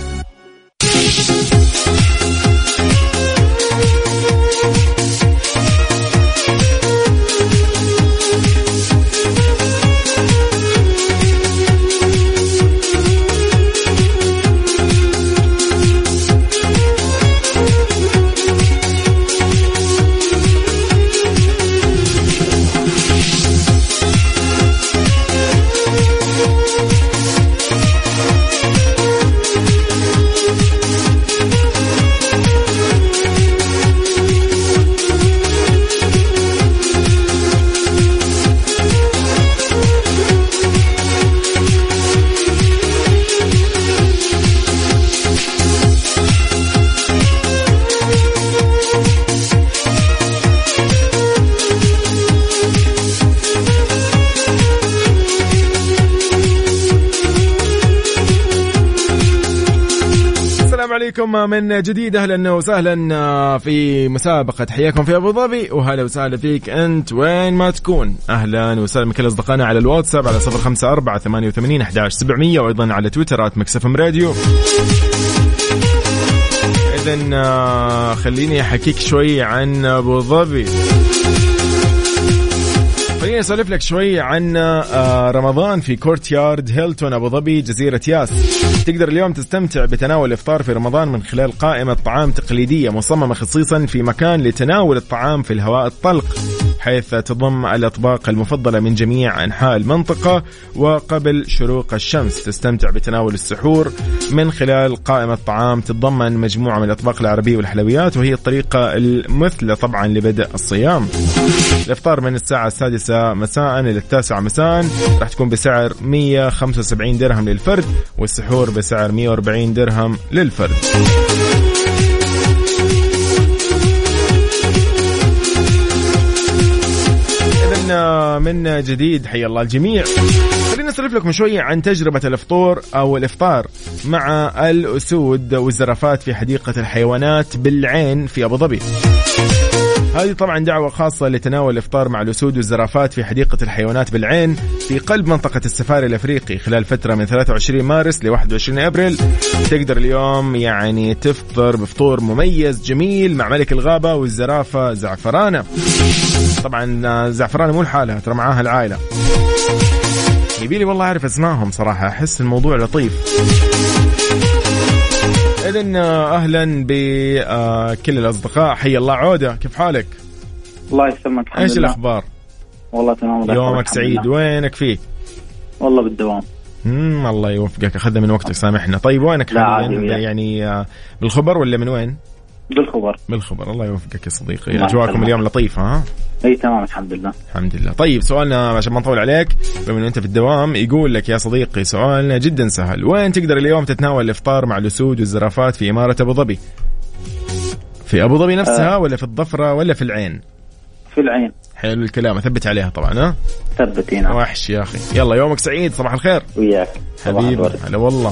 عليكم من جديد، أهلا وسهلا في مسابقة حياكم في أبو ظبي، وهلا وسهلا فيك أنت وين ما تكون. أهلا وسهلا بكل أصدقائنا على الواتساب على صفر خمسة أربعة ثمانية وثمانين أحد عشر سبعمية، وأيضا على تويتر آت ميكس اف ام راديو. إذن خليني أحكيك شوي عن أبو ظبي. خليني أسولف لك شوي عن رمضان في كورتيارد هيلتون أبو ظبي جزيرة ياس. تقدر اليوم تستمتع بتناول الإفطار في رمضان من خلال قائمة طعام تقليدية مصممة خصيصا في مكان لتناول الطعام في الهواء الطلق، حيث تضم الأطباق المفضلة من جميع أنحاء المنطقة. وقبل شروق الشمس تستمتع بتناول السحور من خلال قائمة طعام تتضمن مجموعة من الأطباق العربية والحلويات، وهي الطريقة المثلى طبعا لبدء الصيام. الإفطار من الساعة السادسة مساء إلى التاسعة مساء راح تكون بسعر مية وخمسة وسبعين درهم للفرد، والسحور بسعر مية وأربعين درهم للفرد. إذن من جديد حي الله الجميع. خلينا نسولف لكم شوية عن تجربة الإفطار أو الإفطار مع الأسود والزرافات في حديقة الحيوانات بالعين في أبو ظبي. هذه طبعا دعوة خاصة لتناول الإفطار مع الأسود والزرافات في حديقة الحيوانات بالعين في قلب منطقة السفاري الأفريقي خلال فترة من ثلاثة وعشرين مارس ل واحد وعشرين أبريل. تقدر اليوم يعني تفطر بفطور مميز جميل مع ملك الغابة والزرافة زعفرانة. طبعا زعفرانة مو لحالها، ترى معاها العائلة. يبيلي والله أعرف اسمائهم صراحة، أحس الموضوع لطيف. إذن أهلا بكل الأصدقاء، حي الله عودة، كيف حالك؟ الله يسلمك. إيش الأخبار؟ والله تمام. يومك سعيد. وينك فيه؟ والله بالدوام. امم الله يوفقك، أخذنا من وقتك سامحنا. طيب وينك حاليا؟ يعني بالخبر ولا من وين؟ بالخبر. بالخبر. الله يوفقك يا صديقي. أجواكم اليوم لطيفة ها؟ أي تمام الحمد لله. الحمد لله. طيب سؤالنا عشان ما نطول عليك بما أنه أنت في الدوام، يقول لك يا صديقي سؤالنا جدا سهل، وين تقدر اليوم تتناول الإفطار مع الأسود والزرافات في إمارة أبو ظبي؟ في أبو ظبي نفسها أه. ولا في الضفرة ولا في العين؟ في العين. حلو الكلام، أثبت عليها طبعا ها؟ ثبتينا. وحش يا أخي. يلا يومك سعيد، صباح الخير. وياك حبيبي. هلا والله.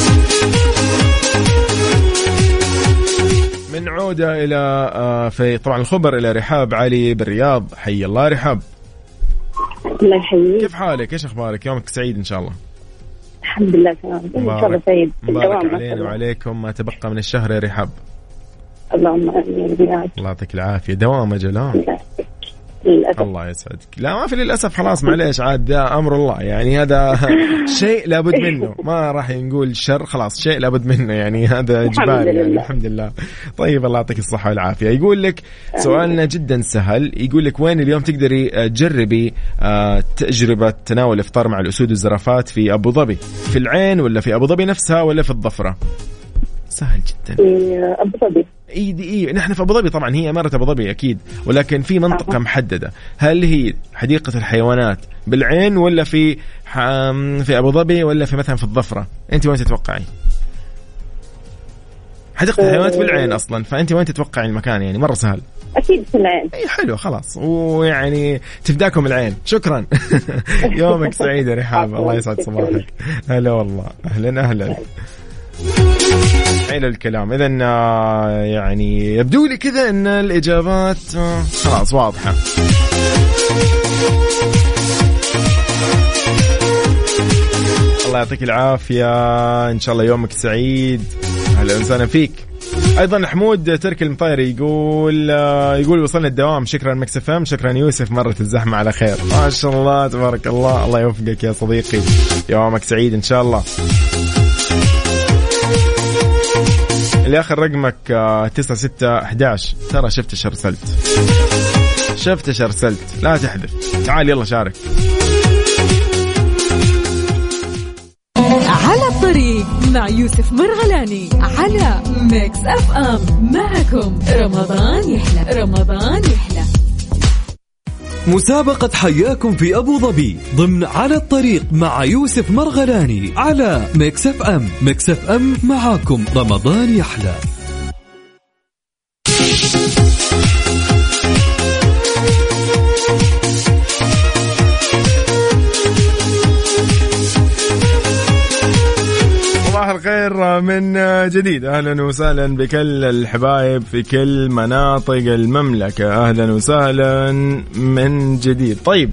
من عودة إلى في طبعا الخبر إلى رحاب علي بالرياض. حي الله رحاب. الله يحييك. كيف حالك؟ إيش أخبارك؟ يومك سعيد إن شاء الله. الحمد لله تمام. إن شاء الله سعيد. مبارك علينا وعليكم ما تبقى من الشهر يا رحاب. اللهم آمين. الله يعطيك العافية. دوام أجل. للأسف. الله يسعدك. لا ما في للأسف، خلاص معليش عاد أمر الله، يعني هذا شيء لابد منه، ما راح نقول شر، خلاص شيء لابد منه، يعني هذا إجباري يعني. الحمد لله. طيب الله يعطيك الصحة والعافية. يقول لك سؤالنا جدا سهل، يقول لك وين اليوم تقدري تجربي تجربة تناول الإفطار مع الأسود والزرافات في أبو ظبي؟ في العين ولا في أبو ظبي نفسها ولا في الضفرة؟ سهل جدا. في أبو ظبي. اي اي نحن في ابو ظبي طبعا، هي اماره ابو ظبي اكيد، ولكن في منطقه محدده. هل هي حديقه الحيوانات بالعين ولا في في ابو ظبي ولا في مثلا في الضفره؟ انت وين تتوقعي؟ حديقه الحيوانات بالعين اصلا، فانت وين تتوقعي المكان؟ يعني مره سهل. اكيد في العين. اي حلو خلاص، ويعني تفداكم العين. شكرا. يومك سعيد يا رحاب. الله يسعد صباحك. هلا والله. اهلا اهلا. حلو الكلام. إذن يعني يبدو لي كذا أن الإجابات خلاص واضحة. الله يعطيك العافية، إن شاء الله يومك سعيد. أهلا وسهلا فيك. أيضا حمود ترك المطيري يقول يقول وصلنا الدوام، شكرا مكس اف ام، شكرا يوسف، مرت الزحمة على خير. ما شاء الله تبارك الله. الله يوفقك يا صديقي، يومك سعيد إن شاء الله. اللي آخر رقمك تسعة ستة أحداش، ترى شفت ايش ارسلت، شفت ايش ارسلت، لا تحذف. تعال يلا شارك. على الطريق مع يوسف مرغلاني على ميكس اف ام. معكم رمضان يحلى، رمضان يحلى. مسابقة حياكم في أبو ظبي ضمن على الطريق مع يوسف مرغلاني على ميكس اف ام. ميكس اف ام معاكم رمضان يحلى. صباح الخير من جديد. أهلا وسهلا بكل الحبايب في كل مناطق المملكة. أهلا وسهلا من جديد. طيب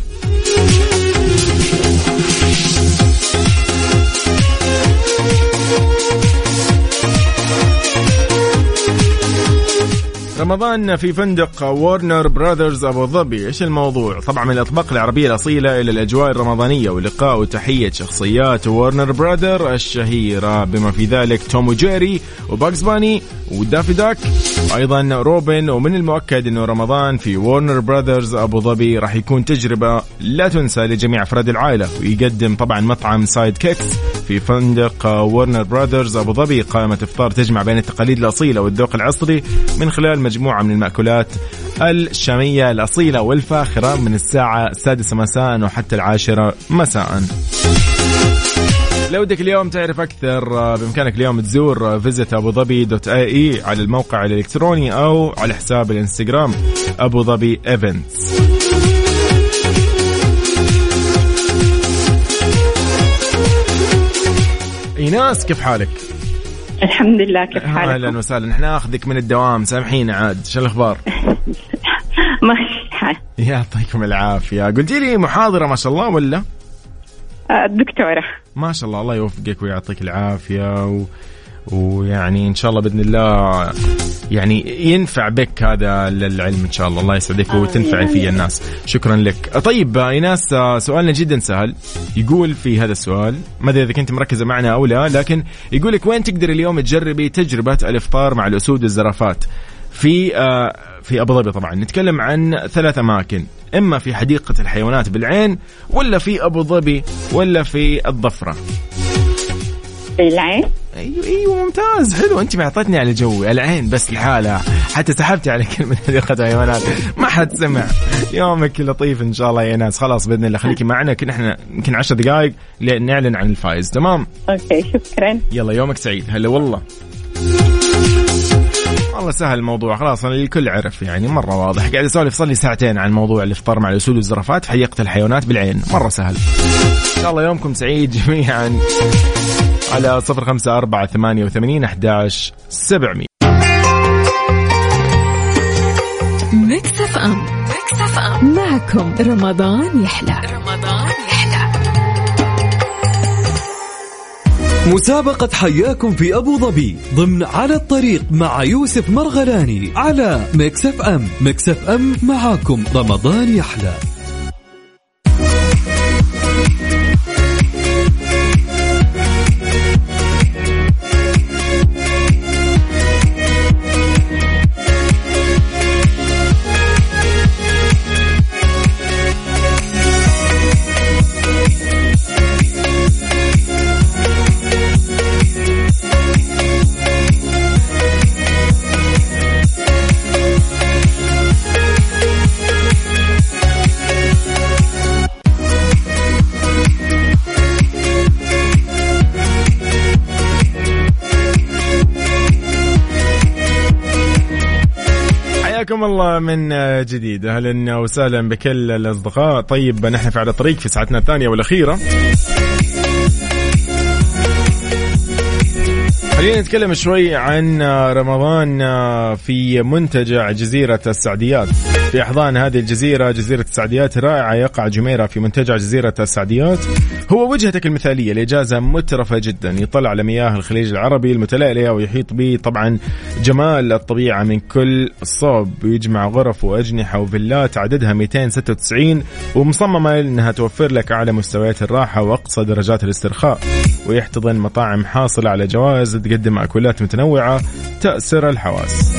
رمضان في فندق وورنر براذرز أبو ظبي. إيش الموضوع؟ طبعا من الأطباق العربية الأصيلة إلى الأجواء الرمضانية ولقاء وتحية شخصيات وورنر براذر الشهيرة بما في ذلك توم وجيري وباكس باني ودافي داك وأيضا روبن. ومن المؤكد أنه رمضان في وورنر براذرز أبو ظبي راح يكون تجربة لا تنسى لجميع أفراد العائلة. ويقدم طبعا مطعم سايد كيكس في فندق وورنر براذرز أبو ظبي قائمة إفطار تجمع بين التقاليد الأصيلة والذوق العصري من خلال مجموعة من المأكولات الشامية الأصيلة والفاخرة من الساعة السادسة مساء وحتى العاشرة مساء. لو بدك اليوم تعرف أكثر بإمكانك اليوم تزور فيزيت أبو ظبي دوت اي اي على الموقع الإلكتروني أو على حساب الإنستغرام أبو ظبي إيفنتس. إيناس كيف حالك؟ الحمد لله. كيف حالك؟ أهلا وسهلا. نحن ناخذك من الدوام، سامحينا عاد. شو الأخبار؟ ماشي الحال. يعطيكم العافية. قلتي لي محاضرة ما شاء الله ولا؟ الدكتورة. ما شاء الله. الله يوفقك ويعطيك العافية و... ويعني إن شاء الله بإذن الله يعني ينفع بك هذا للعلم إن شاء الله. الله يسعدك وتنفع فيه الناس. شكرا لك. طيب إيناس سؤالنا جدا سهل. يقول في هذا السؤال، ما أدري إذا كنت مركزة معنا أو لا، لكن يقولك وين تقدر اليوم تجربي تجربة الإفطار مع الأسود والزرافات؟ في في أبو ظبي طبعا نتكلم عن ثلاث أماكن، إما في حديقة الحيوانات بالعين ولا في أبو ظبي ولا في الضفرة. العين. ايوه ايوه ممتاز حلو، انت ما اعطيتني على جوي العين بس لحالها، حتى سحبتي على كلمه حديقه الحيوانات ما حد سمع. يومك لطيف ان شاء الله يا ناس. خلاص باذن الله خليكي معنا، كنا احنا يمكن عشر دقائق لنعلن عن الفائز. تمام اوكي شكرا. يلا يومك سعيد. هلا والله والله سهل الموضوع خلاص، الكل عرف يعني مرة واضح. قاعد أسولف صار لي ساعتين عن موضوع الإفطار مع الأسود والزرافات في حديقة الحيوانات بالعين، مرة سهل. إن شاء الله يومكم سعيد جميعا. على صفر خمسة أربعة ثمانية وثمانين أحداش سبعمية. ميكس اف ام ميكس اف ام معكم رمضان يحلى. رمضان يحلى. مسابقة حياكم في أبو ظبي ضمن على الطريق مع يوسف مرغلاني على ميكس اف ام. ميكس اف ام معاكم رمضان يحلى. حياكم الله من جديد. أهلا وسهلا بكل الأصدقاء. طيب نحن في على طريق في ساعتنا الثانية والأخيرة. خلينا نتكلم شوي عن رمضان في منتجع جزيرة السعديات. في أحضان هذه الجزيرة، جزيرة السعديات رائعة، يقع جميرة في منتجع جزيرة السعديات. هو وجهتك المثالية لإجازة مترفة جدا، يطلع على مياه الخليج العربي المتلألئة ويحيط به طبعا جمال الطبيعة من كل صوب، ويجمع غرف وأجنحة وفيلات عددها مئتين وستة وتسعين، ومصممة أنها توفر لك أعلى مستويات الراحة وأقصى درجات الاسترخاء، ويحتضن مطاعم حاصلة على جوائز تقدم أكلات متنوعة تأسر الحواس.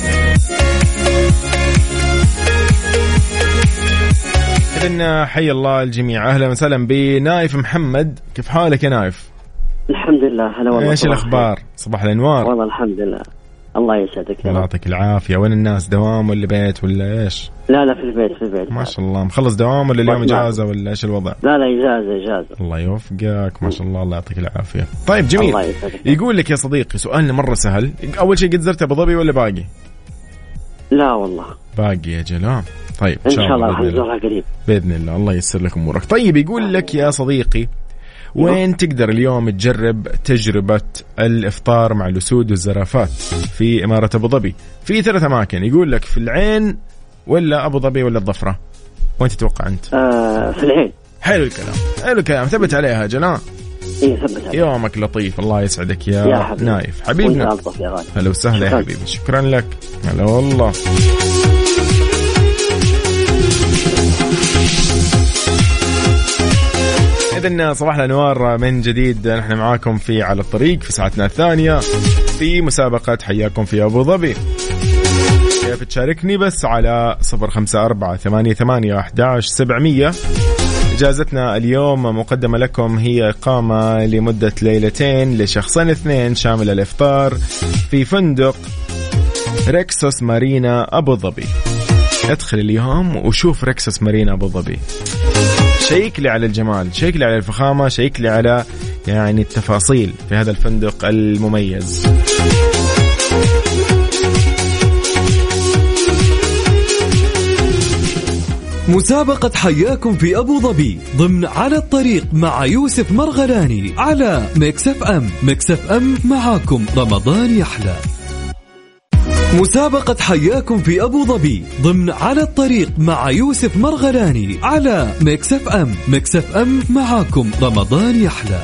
إذن حي الله الجميع. أهلا وسهلا بنايف محمد. كيف حالك يا نايف؟ الحمد لله. هلا والله. إيش الأخبار؟ صباح الأنوار. والله الحمد لله. الله يسعدك. الله يعطيك العافية. وين الناس؟ دوام ولا بيت ولا إيش؟ لا لا في البيت في البيت. ما شاء الله. مخلص دوام ولا اليوم إجازة ولا إيش الوضع؟ لا لا إجازة إجازة. الله يوفقك. ما شاء الله. الله يعطيك العافية. طيب جميل. يقول لك يا صديقي سؤالنا مرة سهل. أول شيء قد زرت أبو ظبي ولا باقي؟ لا والله باقي يا جلال. طيب إن شاء الله راح نزورها قريب بإذن الله. الله ييسر لك أمورك. طيب يقول لك يا صديقي وين تقدر اليوم تجرب تجربة الإفطار مع الأسود والزرافات في إمارة أبو ظبي؟ في ثلاث أماكن. يقول لك في العين ولا أبو ظبي ولا الضفرة؟ وين تتوقع أنت؟ آه في العين. حلو الكلام حلو الكلام. ثبت عليها جلال. إيه ثبت عليها. يومك لطيف. الله يسعدك يا, يا حبيب. نايف حبيبنا. هلا وسهلا يا حبيبي. شكرا لك. هلا والله. إذن صباح الأنوار من جديد. نحن معاكم في على الطريق في ساعتنا الثانية في مسابقة حياكم في أبو ظبي. كيف تشاركني؟ بس على صفر خمسة أربعة ثمانية ثمانية أحداش سبعمية. إجازتنا اليوم مقدمة لكم هي إقامة لمدة ليلتين لشخصين اثنين شامل الإفطار في فندق ريكسوس مارينا أبو ظبي. ادخل اليوم وشوف ريكسوس مارينا أبو ظبي. شيك لي على الجمال، شيك لي على الفخامة، شيك لي على يعني التفاصيل في هذا الفندق المميز. مسابقة حياكم في أبو ظبي ضمن على الطريق مع يوسف مرغلاني على ميكس اف ام. ميكس اف ام معاكم رمضان يحلى. مسابقة حياكم في أبو ظبي ضمن على الطريق مع يوسف مرغلاني على ميكس اف ام. ميكس اف ام معاكم رمضان يحلى.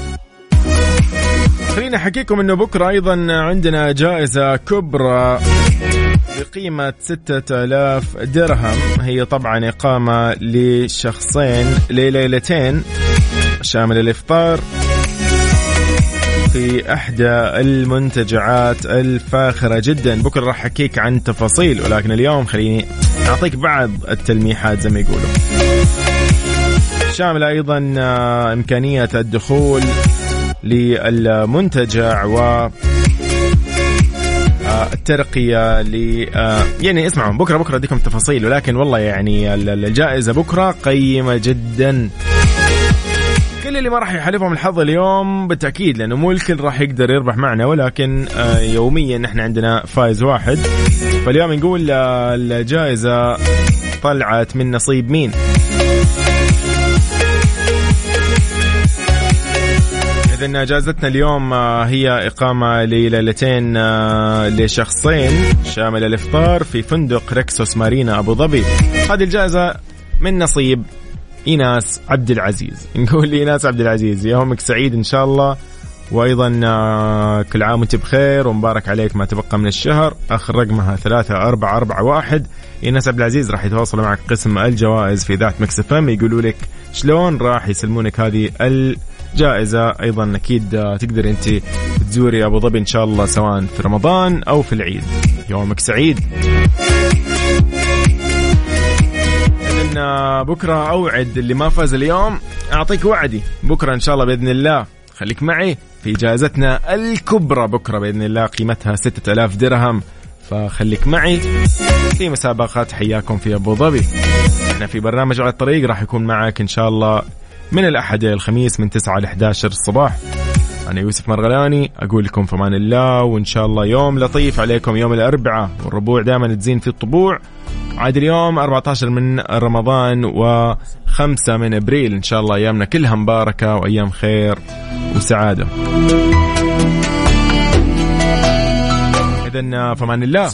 خلينا أحكيكم أنه بكرة أيضا عندنا جائزة كبرى بقيمة ستة آلاف درهم. هي طبعا إقامة لشخصين لليلتين شامل الإفطار في إحدى المنتجعات الفاخرة جدا. بكرة راح أحكيك عن تفاصيل، ولكن اليوم خليني أعطيك بعض التلميحات زي ما يقولوا، شاملة أيضا إمكانية الدخول للمنتجع و الترقية ل يعني اسمعوا بكرة بكرة أديكم التفاصيل، ولكن والله يعني الجائزة بكرة قيمة جدا. كل اللي ما راح يحالفهم الحظ اليوم بالتأكيد، لأنه مو الكل راح يقدر يربح معنا، ولكن يوميا نحن عندنا فايز واحد. فاليوم نقول الجائزة طلعت من نصيب مين. إذن جائزتنا اليوم هي إقامة لليلتين لشخصين شامل الإفطار في فندق ريكسوس مارينا أبو ظبي. هذه الجائزة من نصيب إيناس عبد العزيز. نقول لإيناس عبد العزيز يومك سعيد إن شاء الله، وأيضا كل عام وانت بخير ومبارك عليك ما تبقى من الشهر. آخر رقمها ثلاثة أربعة أربعة واحد. إيناس عبد العزيز راح يتواصلوا معك قسم الجوائز في ذات ميكس إف إم، يقولوا لك شلون راح يسلمونك هذه الجائزة. أيضا أكيد تقدر أنت تزوري أبو ظبي إن شاء الله سواء في رمضان أو في العيد. يومك سعيد. إذن بكرة أوعد اللي ما فاز اليوم أعطيك وعدي بكرة إن شاء الله بإذن الله خليك معي في جائزتنا الكبرى بكرة بإذن الله قيمتها ستة آلاف درهم. فخليك معي في مسابقات حياكم في أبو ظبي. احنا في برنامج على الطريق راح يكون معك إن شاء الله من الأحد إلى الخميس من تسعة إلى إحدى عشر الصباح. أنا يوسف مرغلاني أقول لكم فمان الله، وإن شاء الله يوم لطيف عليكم يوم الأربعاء، والربوع دائما تزين في الطبوع. عاد اليوم أربعة عشر من رمضان وخمسة من أبريل، إن شاء الله أيامنا كلها مباركة وأيام خير وسعادة. إذن فمان الله.